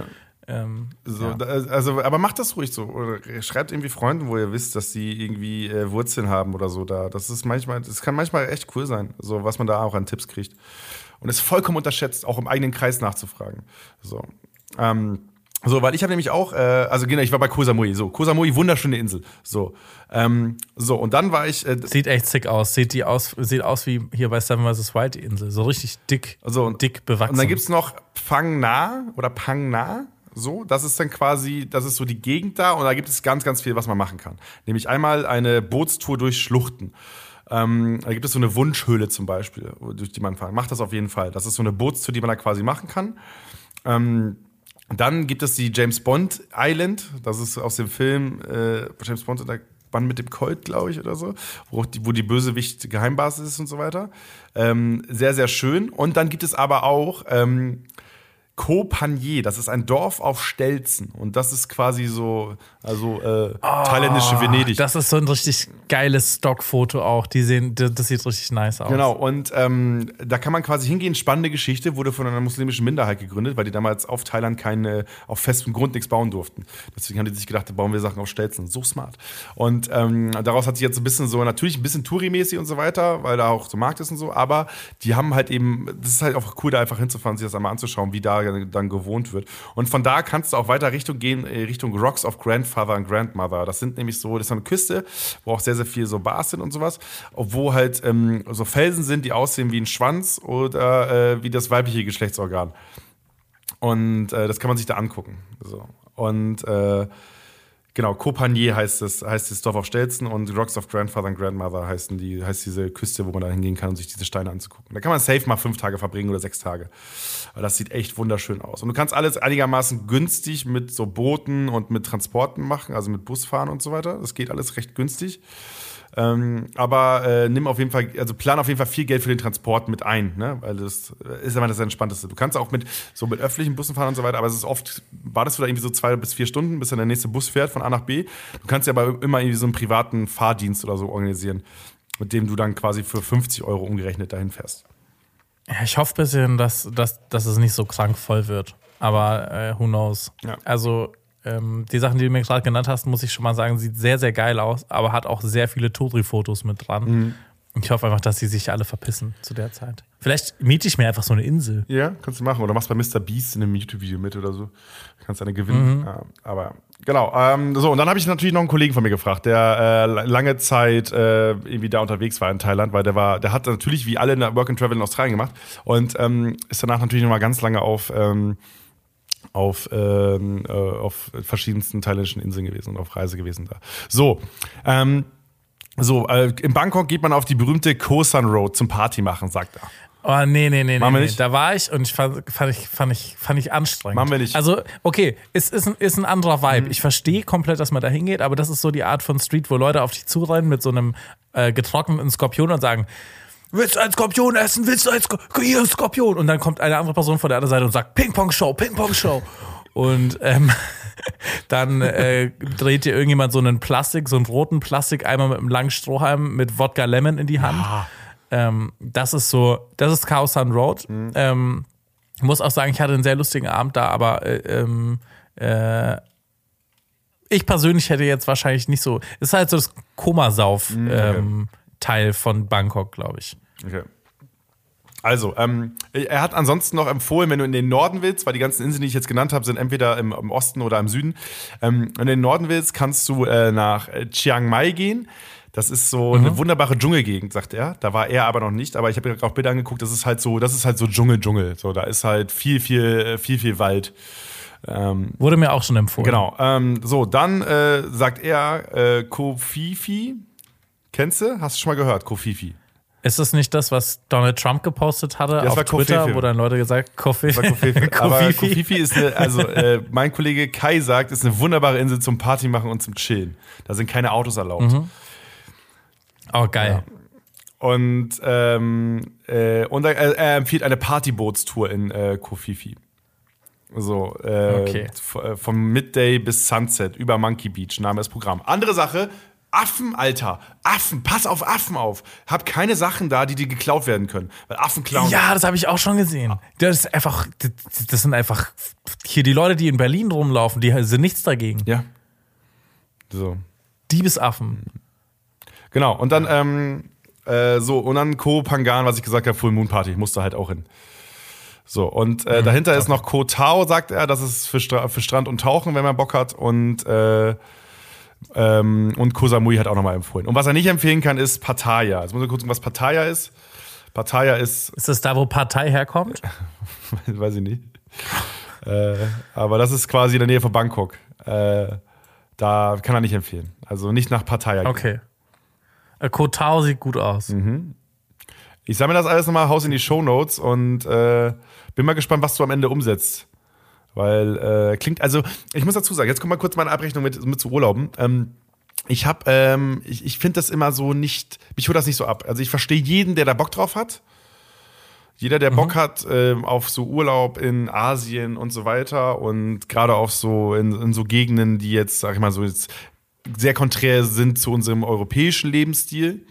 Aber macht das ruhig so. Oder schreibt irgendwie Freunden, wo ihr wisst, dass sie irgendwie Wurzeln haben oder so da. Das kann manchmal echt cool sein, so was man da auch an Tipps kriegt. Und es ist vollkommen unterschätzt, auch im eigenen Kreis nachzufragen. So. So, weil ich habe nämlich auch, also genau, ich war bei Koh Samui. So, Koh Samui, wunderschöne Insel. So, und dann war ich. Sieht echt sick aus. Sieht aus wie hier bei Seven vs. Wild die Insel. So richtig dick, dick bewachsen. Und dann gibt's noch Phang Nga oder Phang Nga. So, das ist dann quasi, das ist so die Gegend da und da gibt es ganz, ganz viel, was man machen kann. Nämlich einmal eine Bootstour durch Schluchten. Da gibt es so eine Wunschhöhle zum Beispiel, durch die man fahren. Macht das auf jeden Fall. Das ist so eine Bootstour, die man da quasi machen kann. Dann gibt es die James Bond Island. Das ist aus dem Film James Bond und der Mann mit dem Colt, glaube ich, oder so. Wo die Bösewicht Geheimbasis ist und so weiter. Sehr, sehr schön. Und dann gibt es aber auch Koh Phangan, das ist ein Dorf auf Stelzen. Und das ist quasi so, thailändische Venedig. Das ist so ein richtig geiles Stockfoto auch. Das sieht richtig nice aus. Genau, und da kann man quasi hingehen. Spannende Geschichte, wurde von einer muslimischen Minderheit gegründet, weil die damals auf Thailand auf festem Grund nichts bauen durften. Deswegen haben die sich gedacht, da bauen wir Sachen auf Stelzen. So smart. Und daraus hat sich jetzt ein bisschen so, natürlich ein bisschen Touri-mäßig und so weiter, weil da auch so Markt ist und so, aber die haben halt eben, das ist halt auch cool, da einfach hinzufahren, sich das einmal anzuschauen, wie da dann gewohnt wird. Und von da kannst du auch weiter Richtung Rocks of Grandfather and Grandmother. Das ist so eine Küste, wo auch sehr, sehr viel so Bars sind und sowas, wo halt so Felsen sind, die aussehen wie ein Schwanz oder wie das weibliche Geschlechtsorgan. Und das kann man sich da angucken. So. Und genau, Koh Phangan heißt das Dorf auf Stelzen und Rocks of Grandfather and Grandmother heißt diese Küste, wo man da hingehen kann, um sich diese Steine anzugucken. Da kann man safe mal 5 Tage verbringen oder 6 Tage. Aber das sieht echt wunderschön aus. Und du kannst alles einigermaßen günstig mit so Booten und mit Transporten machen, also mit Busfahren und so weiter. Das geht alles recht günstig. Aber plan auf jeden Fall viel Geld für den Transport mit ein, ne? Weil das ist immer das Entspannteste. Du kannst auch mit öffentlichen Bussen fahren und so weiter, aber es ist oft, wartest du da irgendwie so 2 bis 4 Stunden, bis dann der nächste Bus fährt von A nach B. Du kannst ja aber immer irgendwie so einen privaten Fahrdienst oder so organisieren, mit dem du dann quasi für 50 € umgerechnet dahin fährst. Ja, ich hoffe ein bisschen, dass es nicht so krank voll wird. Aber who knows? Ja. Also die Sachen, die du mir gerade genannt hast, muss ich schon mal sagen, sieht sehr, sehr geil aus, aber hat auch sehr viele Touri-Fotos mit dran. Mhm. Ich hoffe einfach, dass die sich alle verpissen zu der Zeit. Vielleicht miete ich mir einfach so eine Insel. Ja, kannst du machen. Oder machst bei Mr. Beast in einem YouTube-Video mit oder so. Kannst eine gewinnen. Mhm. Ja, aber genau. Und dann habe ich natürlich noch einen Kollegen von mir gefragt, der lange Zeit irgendwie da unterwegs war in Thailand, weil der hat natürlich wie alle eine Work and Travel in Australien gemacht und ist danach natürlich noch mal ganz lange auf verschiedensten thailändischen Inseln gewesen und auf Reise gewesen da. In Bangkok geht man auf die berühmte Koh San Road zum Party machen, sagt er. Oh, nee. Nicht? Da war ich und fand ich anstrengend. Machen wir nicht. Also, okay, ist ein anderer Vibe. Ich verstehe komplett, dass man da hingeht, aber das ist so die Art von Street, wo Leute auf dich zurennen mit so einem getrockneten Skorpion und sagen, willst du einen Skorpion essen? Hier, Skorpion. Und dann kommt eine andere Person von der anderen Seite und sagt, Ping-Pong-Show. Und dann dreht dir irgendjemand so einen roten Plastikeimer mit einem langen Strohhalm mit Wodka Lemon in die Hand. Ja. Das ist Khao San Road. Mhm. Ich muss auch sagen, ich hatte einen sehr lustigen Abend da, aber ich persönlich hätte jetzt wahrscheinlich nicht so. Es ist halt so das Komasauf Teil von Bangkok, glaube ich. Okay. Also, er hat ansonsten noch empfohlen, wenn du in den Norden willst, weil die ganzen Inseln, die ich jetzt genannt habe, sind entweder im Osten oder im Süden. Wenn du in den Norden willst, kannst du nach Chiang Mai gehen. Das ist so eine wunderbare Dschungelgegend, sagt er. Da war er aber noch nicht, aber ich habe mir auch Bilder angeguckt, das ist halt so Dschungel. So, da ist halt viel Wald. Wurde mir auch schon empfohlen. Genau. Dann sagt er Koh Phi Phi. Kennst du? Hast du schon mal gehört, Koh Phi Phi? Ist das nicht das, was Donald Trump gepostet hatte auf Twitter, wo dann Leute gesagt, Koh Phi Phi? Aber Koh Phi Phi ist mein Kollege Kai sagt, ist eine wunderbare Insel zum Party machen und zum Chillen. Da sind keine Autos erlaubt. Mhm. Oh, geil. Ja. Und er empfiehlt eine Partybootstour in Koh Phi Phi. So, okay. Von Midday bis Sunset über Monkey Beach, Name des Programms. Andere Sache, Affen, Alter. Affen, pass auf Affen auf. Hab keine Sachen da, die dir geklaut werden können. Weil Affen klauen. Ja, das habe ich auch schon gesehen. Das sind einfach hier die Leute, die in Berlin rumlaufen, die sind nichts dagegen. Ja. So. Diebesaffen. Genau, und dann, und dann Koh Phangan, was ich gesagt habe, Full Moon Party, musste halt auch hin. So, und dahinter ist noch Koh Tao, sagt er, das ist für Strand und Tauchen, wenn man Bock hat. Und Koh Samui hat auch nochmal empfohlen. Und was er nicht empfehlen kann, ist Pattaya. Jetzt muss ich kurz gucken, was Pattaya ist. Pattaya ist... Ist das da, wo Partei herkommt? Weiß ich nicht. Aber das ist quasi in der Nähe von Bangkok. Da kann er nicht empfehlen. Also nicht nach Pattaya gehen. Okay. Koh Tao sieht gut aus. Ich sammle das alles nochmal, haus in die Shownotes und bin mal gespannt, was du am Ende umsetzt. Weil klingt, also ich muss dazu sagen, jetzt kommt mal kurz meine Abrechnung mit zu Urlauben. Ich finde das immer so nicht, mich holt das nicht so ab. Also ich verstehe jeden, der da Bock drauf hat. Jeder, der Bock hat auf so Urlaub in Asien und so weiter und gerade auf so in so Gegenden, die jetzt, sag ich mal so, jetzt sehr konträr sind zu unserem europäischen Lebensstil.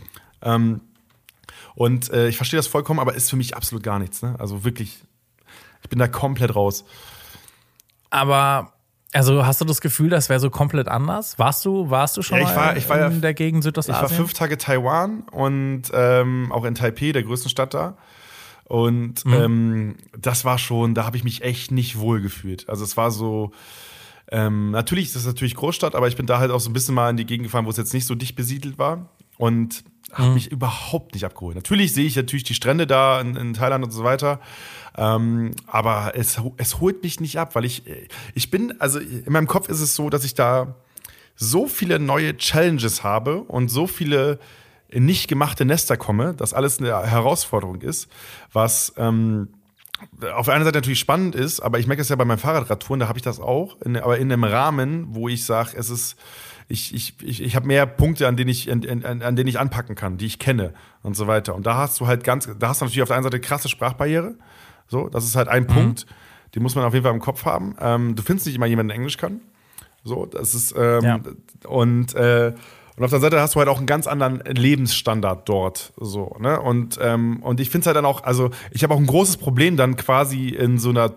Und ich verstehe das vollkommen, aber ist für mich absolut gar nichts. Ne? Also wirklich, ich bin da komplett raus. Aber, also hast du das Gefühl, das wäre so komplett anders? Warst du schon mal in der Gegend Südostasien? Ich war 5 Tage Taiwan und auch in Taipei, der größten Stadt da. Und das war schon, da habe ich mich echt nicht wohl gefühlt. Also es war so, natürlich ist das natürlich Großstadt, aber ich bin da halt auch so ein bisschen mal in die Gegend gefahren, wo es jetzt nicht so dicht besiedelt war. Und habe mich überhaupt nicht abgeholt. Natürlich sehe ich natürlich die Strände da in Thailand und so weiter. Aber es holt mich nicht ab, weil ich bin, also in meinem Kopf ist es so, dass ich da so viele neue Challenges habe und so viele nicht gemachte Nester komme, dass alles eine Herausforderung ist, was auf der einen Seite natürlich spannend ist, aber ich merke es ja bei meinen Fahrradradtouren, da habe ich das auch, aber in einem Rahmen, wo ich sage, es ist ich habe mehr Punkte, an denen ich anpacken kann, die ich kenne und so weiter. Und da hast du natürlich auf der einen Seite krasse Sprachbarriere. So, das ist halt ein Punkt, den muss man auf jeden Fall im Kopf haben. Du findest nicht immer jemanden, der Englisch kann. So, das ist und auf der anderen Seite hast du halt auch einen ganz anderen Lebensstandard dort. So, ne? Und ich finde es halt dann auch, also ich habe auch ein großes Problem dann quasi in so einer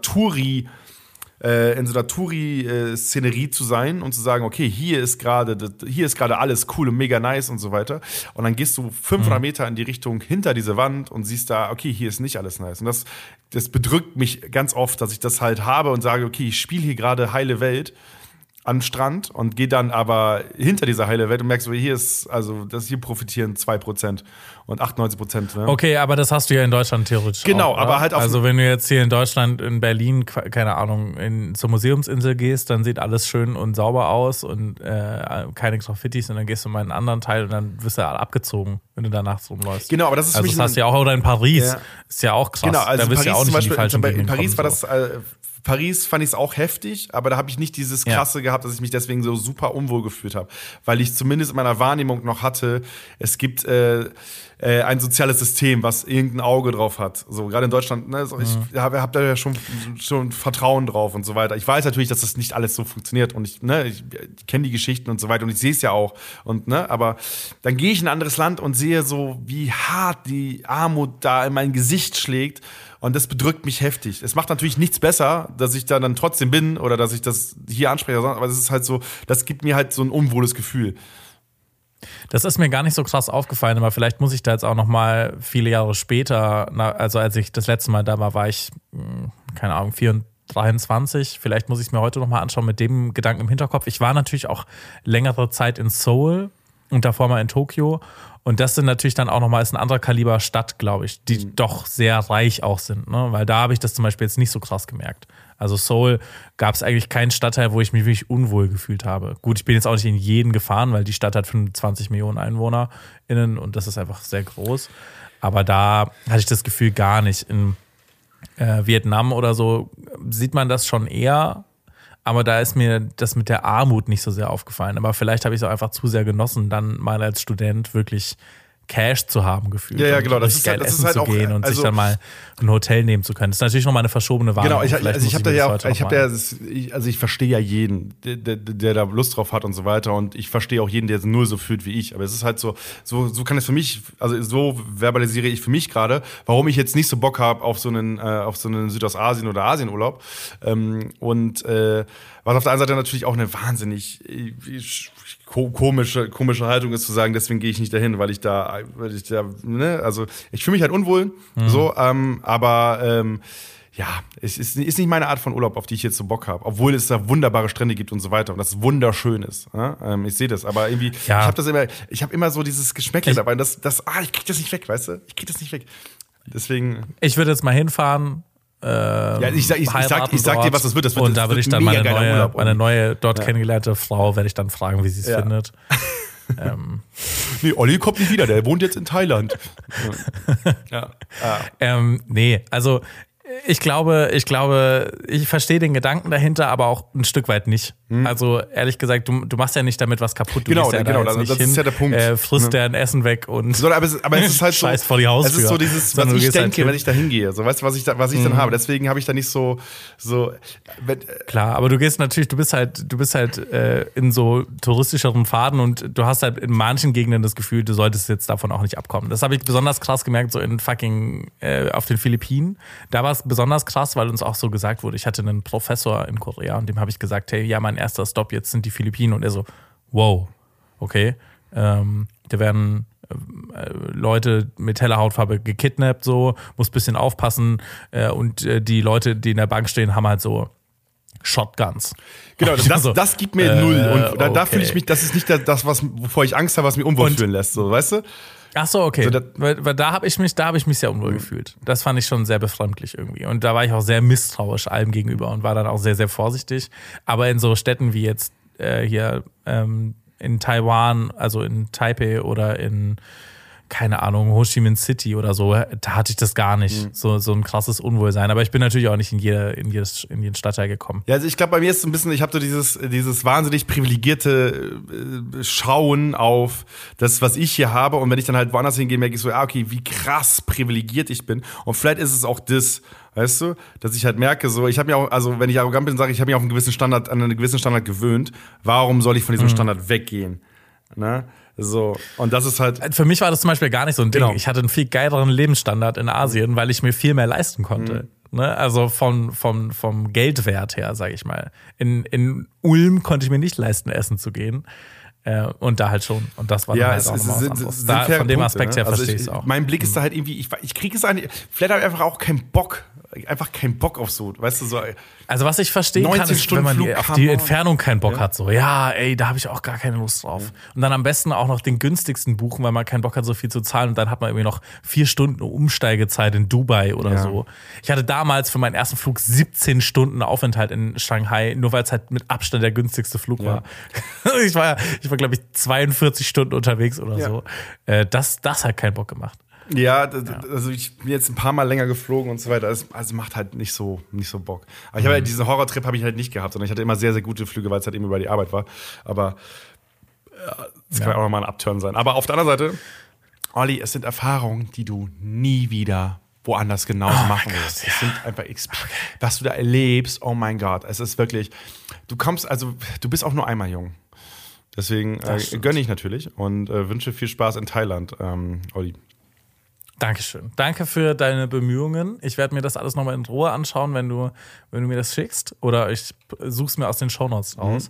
Touri-Szenerie zu sein und zu sagen, okay, hier ist gerade alles cool und mega nice und so weiter. Und dann gehst du 500 Meter in die Richtung hinter diese Wand und siehst da, okay, hier ist nicht alles nice. Und das bedrückt mich ganz oft, dass ich das halt habe und sage, okay, ich spiele hier gerade heile Welt am Strand und gehe dann aber hinter dieser heile Welt und merkst so, hier profitieren 2% und 98%. Ne? Okay, aber das hast du ja in Deutschland theoretisch genau, auch, aber halt auch. Also wenn du jetzt hier in Deutschland, in Berlin, keine Ahnung, zur Museumsinsel gehst, dann sieht alles schön und sauber aus und keine Graffitis und dann gehst du mal in einen anderen Teil und dann wirst du ja abgezogen, wenn du da nachts rumläufst. Genau, aber das ist für mich das hast du ja auch, oder in Paris, ist ja auch krass. Genau, also da bist du ja auch nicht in die falschen in Gegenden Paris kommen, war Paris fand ich es auch heftig, aber da habe ich nicht dieses Krasse gehabt, dass ich mich deswegen so super unwohl gefühlt habe. Weil ich zumindest in meiner Wahrnehmung noch hatte, es gibt ein soziales System, was irgendein Auge drauf hat. So, gerade in Deutschland, ne, so, ich hab da ja schon Vertrauen drauf und so weiter. Ich weiß natürlich, dass das nicht alles so funktioniert und ich kenne die Geschichten und so weiter und ich sehe es ja auch. Und, ne, aber dann gehe ich in ein anderes Land und sehe so, wie hart die Armut da in mein Gesicht schlägt. Und das bedrückt mich heftig. Es macht natürlich nichts besser, dass ich da dann trotzdem bin oder dass ich das hier anspreche, aber es ist halt so, das gibt mir halt so ein unwohles Gefühl. Das ist mir gar nicht so krass aufgefallen, aber vielleicht muss ich da jetzt auch noch mal viele Jahre später, also als ich das letzte Mal da war ich, keine Ahnung, 23. Vielleicht muss ich es mir heute noch mal anschauen mit dem Gedanken im Hinterkopf. Ich war natürlich auch längere Zeit in Seoul und davor mal in Tokio. Und das sind natürlich dann auch nochmal, ist ein anderer Kaliber Stadt, glaube ich, die doch sehr reich auch sind, ne? Weil da habe ich das zum Beispiel jetzt nicht so krass gemerkt. Also Seoul gab es eigentlich keinen Stadtteil, wo ich mich wirklich unwohl gefühlt habe. Gut, ich bin jetzt auch nicht in jeden gefahren, weil die Stadt hat 25 Millionen EinwohnerInnen und das ist einfach sehr groß. Aber da hatte ich das Gefühl gar nicht. In Vietnam oder so sieht man das schon eher. Aber da ist mir das mit der Armut nicht so sehr aufgefallen. Aber vielleicht habe ich es auch einfach zu sehr genossen, dann mal als Student wirklich Cash zu haben gefühlt. Ja, genau. Das ist geil halt, essen zu auch, gehen und sich dann mal ein Hotel nehmen zu können. Das ist natürlich nochmal eine verschobene Wahrnehmung. Genau, ich verstehe ja jeden, der da Lust drauf hat und so weiter. Und ich verstehe auch jeden, der es null so fühlt wie ich. Aber es ist halt so kann es für mich, also so verbalisiere ich für mich gerade, warum ich jetzt nicht so Bock habe auf so einen Südostasien- oder Asienurlaub. Was auf der einen Seite natürlich auch eine wahnsinnig komische Haltung ist, zu sagen, deswegen gehe ich nicht dahin, weil ich da, ne, also ich fühle mich halt unwohl, so, aber ja, es ist nicht meine Art von Urlaub, auf die ich jetzt so Bock habe. Obwohl es da wunderbare Strände gibt und so weiter und das wunderschön ist. Ja? Ich sehe das, aber irgendwie, ich habe immer so dieses Geschmäckle dabei. Und ich krieg das nicht weg, weißt du? Ich krieg das nicht weg. Deswegen. Ich würde jetzt mal hinfahren. Ich sag dir, was das wird. Und da würde ich dann meine neue dort kennengelernte Frau, werde ich dann fragen, wie sie es findet. Nee, Olli kommt nicht wieder, der wohnt jetzt in Thailand. Nee, also ich glaube, ich verstehe den Gedanken dahinter, aber auch ein Stück weit nicht. Also ehrlich gesagt, du machst ja nicht damit was kaputt. Du gehst das ist ja der Punkt. Frisst deren Essen weg und aber es ist halt so, scheiß vor die Haustür. Es ist so dieses, was ich denke, wenn ich da hingehe. So, weißt du, was ich dann habe. Deswegen habe ich da nicht so klar, aber du bist halt in so touristischeren Pfaden und du hast halt in manchen Gegenden das Gefühl, du solltest jetzt davon auch nicht abkommen. Das habe ich besonders krass gemerkt, so in auf den Philippinen. Da war es besonders krass, weil uns auch so gesagt wurde, ich hatte einen Professor in Korea und dem habe ich gesagt, hey, ja, mein erster Stopp jetzt sind die Philippinen und er so, wow, okay, da werden Leute mit heller Hautfarbe gekidnappt, so, muss ein bisschen aufpassen und die Leute, die in der Bank stehen, haben halt so Shotguns. Genau, das gibt mir null und da fühle ich mich, das ist nicht das, wovor ich Angst habe, was mich unwohl fühlen lässt, so, weißt du? Ach so, okay. Weil da habe ich mich sehr unwohl gefühlt. Das fand ich schon sehr befremdlich irgendwie. Und da war ich auch sehr misstrauisch allem gegenüber und war dann auch sehr, sehr vorsichtig. Aber in so Städten wie jetzt hier in Taiwan, also in Taipei oder in, keine Ahnung, Ho Chi Minh City oder so, da hatte ich das gar nicht. So ein krasses Unwohlsein. Aber ich bin natürlich auch nicht in jeden Stadtteil gekommen. Ja, also ich glaube, bei mir ist es ein bisschen, ich habe so dieses wahnsinnig privilegierte Schauen auf das, was ich hier habe. Und wenn ich dann halt woanders hingehe, merke ich so, okay, wie krass privilegiert ich bin. Und vielleicht ist es auch das, weißt du, dass ich halt merke, so, ich habe mir auch, also wenn ich arrogant bin, sage ich, habe mich auf einen gewissen Standard gewöhnt. Warum soll ich von diesem Standard weggehen? Ne? So, und das ist halt. Für mich war das zum Beispiel gar nicht so ein Ding. Genau. Ich hatte einen viel geileren Lebensstandard in Asien, weil ich mir viel mehr leisten konnte. Ne? Also vom Geldwert her, sage ich mal. In Ulm konnte ich mir nicht leisten, essen zu gehen. Und da halt schon. Und das war dann halt auch nochmal was anderes. Von dem Aspekt her verstehe ich es auch. Mein Blick ist da halt irgendwie, ich kriege es eigentlich, vielleicht habe ich einfach auch keinen Bock auf so, weißt du, so. Also was ich verstehen kann, ist, wenn man auf die Entfernung keinen Bock hat, so, ja, ey, da habe ich auch gar keine Lust drauf. Und dann am besten auch noch den günstigsten buchen, weil man keinen Bock hat, so viel zu zahlen und dann hat man irgendwie noch 4 Stunden Umsteigezeit in Dubai oder so. Ich hatte damals für meinen ersten Flug 17 Stunden Aufenthalt in Shanghai, nur weil es halt mit Abstand der günstigste Flug war. Ich war, glaube ich, 42 Stunden unterwegs oder so. Das hat keinen Bock gemacht. Ja, also ich bin jetzt ein paar Mal länger geflogen und so weiter. Also macht halt nicht so Bock. Aber ich habe halt diesen Horrortrip habe ich halt nicht gehabt, sondern ich hatte immer sehr, sehr gute Flüge, weil es halt eben über die Arbeit war. Aber das kann auch nochmal ein Upturn sein. Aber auf der anderen Seite, Olli, es sind Erfahrungen, die du nie wieder woanders genauso machen wirst. Es sind einfach was du da erlebst, oh mein Gott. Es ist wirklich, du bist auch nur einmal jung. Deswegen gönne ich natürlich und wünsche viel Spaß in Thailand, Olli. Dankeschön. Danke für deine Bemühungen. Ich werde mir das alles nochmal in Ruhe anschauen, wenn du mir das schickst. Oder ich suche es mir aus den Shownotes raus.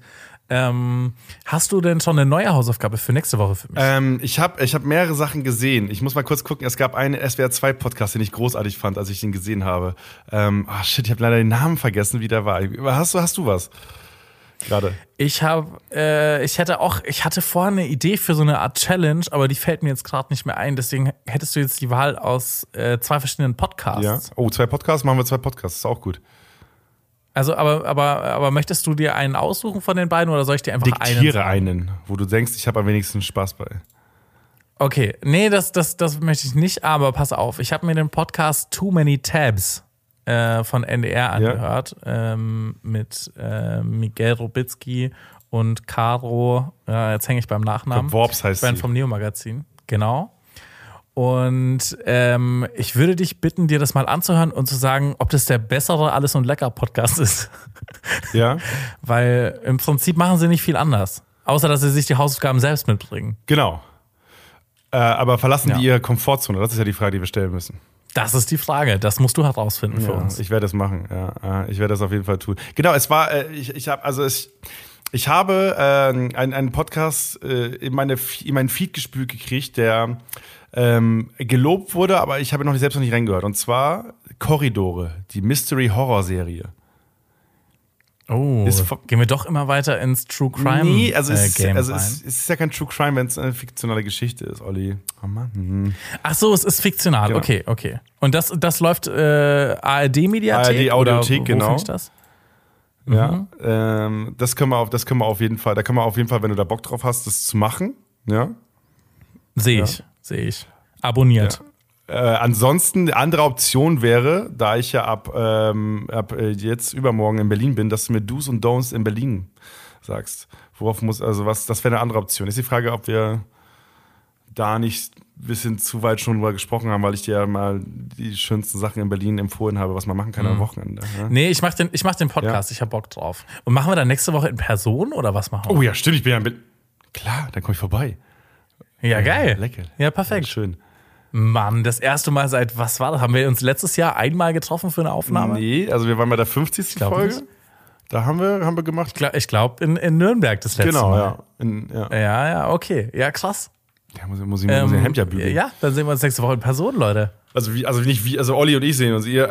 Hast du denn schon eine neue Hausaufgabe für nächste Woche für mich? Ich hab mehrere Sachen gesehen. Ich muss mal kurz gucken. Es gab einen SWR2-Podcast, den ich großartig fand, als ich den gesehen habe. Ich habe leider den Namen vergessen, wie der war. Hast du was? Gerade. Ich hatte vorher eine Idee für so eine Art Challenge, aber die fällt mir jetzt gerade nicht mehr ein. Deswegen hättest du jetzt die Wahl aus 2 verschiedenen Podcasts. Ja. Oh, 2 Podcasts? Machen wir 2 Podcasts. Ist auch gut. Also, aber möchtest du dir einen aussuchen von den beiden oder soll ich dir einfach Diktiere einen, wo du denkst, ich habe am wenigsten Spaß bei. Okay, nee, das möchte ich nicht, aber pass auf. Ich habe mir den Podcast Too Many Tabs von NDR angehört, mit Miguel Robitzky und Caro, jetzt hänge ich beim Nachnamen. Worps heißt sie. Vom Neo-Magazin, genau. Und ich würde dich bitten, dir das mal anzuhören und zu sagen, ob das der bessere Alles und Lecker Podcast ist. Ja. Weil im Prinzip machen sie nicht viel anders, außer dass sie sich die Hausaufgaben selbst mitbringen. Genau. Aber verlassen die ihre Komfortzone? Das ist ja die Frage, die wir stellen müssen. Das ist die Frage. Das musst du herausfinden für uns. Ich werde es machen. Ja, ich werde das auf jeden Fall tun. Genau, es war, ich habe einen Podcast in meinen Feed gespült gekriegt, der gelobt wurde, aber ich habe selbst noch nicht reingehört. Und zwar Korridore, die Mystery-Horror-Serie. Oh, gehen wir doch immer weiter ins True Crime Nee, also Game rein. es ist ja kein True Crime, wenn es eine fiktionale Geschichte ist, Olli. Oh Mann. Ach so, es ist fiktional. Genau. Okay. Und das läuft ARD-Mediathek? ARD-Audiothek, genau. Finde ich das? Ja, das können wir auf jeden Fall, wenn du da Bock drauf hast, das zu machen. Ja. Sehe ich. Abonniert. Ja. Ansonsten, eine andere Option wäre, da ich ja ab jetzt übermorgen in Berlin bin, dass du mir Do's und Don'ts in Berlin sagst. Das wäre eine andere Option. Ist die Frage, ob wir da nicht ein bisschen zu weit schon drüber gesprochen haben, weil ich dir ja mal die schönsten Sachen in Berlin empfohlen habe, was man machen kann am Wochenende. Ja? Nee, ich mach den Podcast, ich hab Bock drauf. Und machen wir dann nächste Woche in Person oder was machen wir? Oh ja, stimmt, ich bin ja klar, dann komme ich vorbei. Ja, geil. Lecker. Ja, perfekt. Ja, schön. Mann, das erste Mal seit, was war das? Haben wir uns letztes Jahr einmal getroffen für eine Aufnahme? Nee, also wir waren bei der 50. Folge. Nicht. Da haben wir gemacht. Ich glaube in Nürnberg das letzte Mal. Genau, ja. Ja, okay. Ja, krass. Ja, muss ich ein Hemd ja bügeln. Ja, dann sehen wir uns nächste Woche in Person, Leute. Also Olli und ich sehen uns. Wir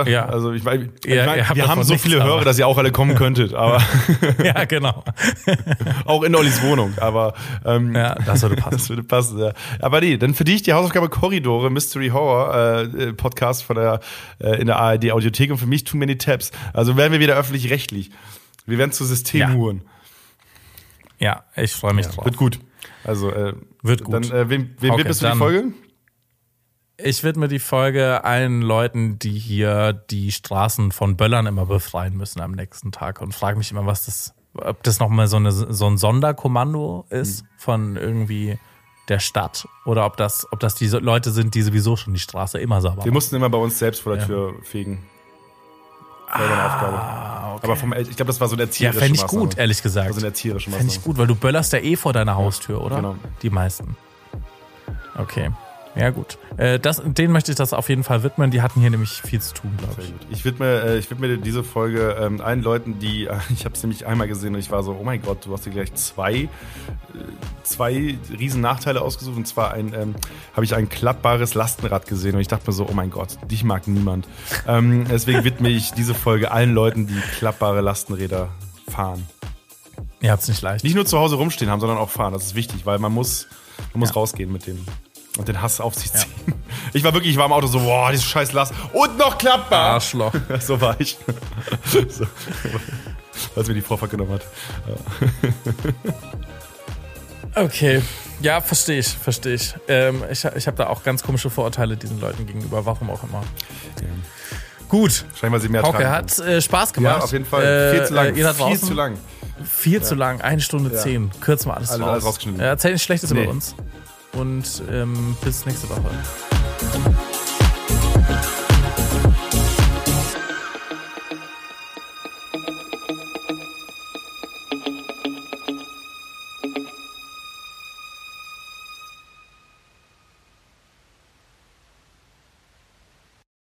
haben so viele Hörer, dass ihr auch alle kommen könntet, aber ja, genau. auch in Ollis Wohnung, aber ja, das würde passen. Das würde passen, ja. Aber nee, dann für dich die Hausaufgabe Korridore, Mystery Horror Podcast in der ARD Audiothek und für mich Too Many Tabs. Also werden wir wieder öffentlich-rechtlich. Wir werden zu Systemhuren. Ja, ich freue mich drauf. Wird gut. Also wird gut. Dann wem widmest du die Folge? Ich widme die Folge allen Leuten, die hier die Straßen von Böllern immer befreien müssen am nächsten Tag und frage mich immer, ob das nochmal so ein Sonderkommando ist von irgendwie der Stadt oder ob das die Leute sind, die sowieso schon die Straße immer sauber machen. Wir mussten immer bei uns selbst vor der Tür fegen. Das war eine Aufgabe. Okay. Aber ich glaube, das war so eine erzieherische Maßnahme. Ja, fände ich gut, ehrlich gesagt. Also eine erzieherische Maßnahme. Fände ich gut, weil du böllerst ja vor deiner Haustür, oder? Genau. Die meisten. Okay. Ja, gut. Denen möchte ich das auf jeden Fall widmen. Die hatten hier nämlich viel zu tun, glaube ich. Ich widme diese Folge allen Leuten, die, ich habe es nämlich einmal gesehen und ich war so, oh mein Gott, du hast dir gleich zwei riesen Nachteile ausgesucht. Und zwar habe ich ein klappbares Lastenrad gesehen und ich dachte mir so, oh mein Gott, dich mag niemand. Deswegen widme ich diese Folge allen Leuten, die klappbare Lastenräder fahren. Ihr habt's nicht leicht. Nicht nur zu Hause rumstehen haben, sondern auch fahren. Das ist wichtig, weil man muss rausgehen mit dem. Und den Hass auf sich ziehen. Ja. Ich war im Auto so, boah, dieses scheiß Last. Und noch klappbar. Arschloch. So war ich. So. Als mir die Frau vergenommen hat. Ja. Okay. Ja, verstehe ich. Ich habe da auch ganz komische Vorurteile diesen Leuten gegenüber, warum auch immer. Ja. Gut. Scheinbar sie mehr Hauke, hat Spaß gemacht. Ja, auf jeden Fall. Viel zu lang. Viel zu lang. Viel zu lang. 1 Stunde 10. Kürzen wir alles raus. Alles rausgeschnitten. Erzähl nichts Schlechtes über uns. Und bis nächste Woche.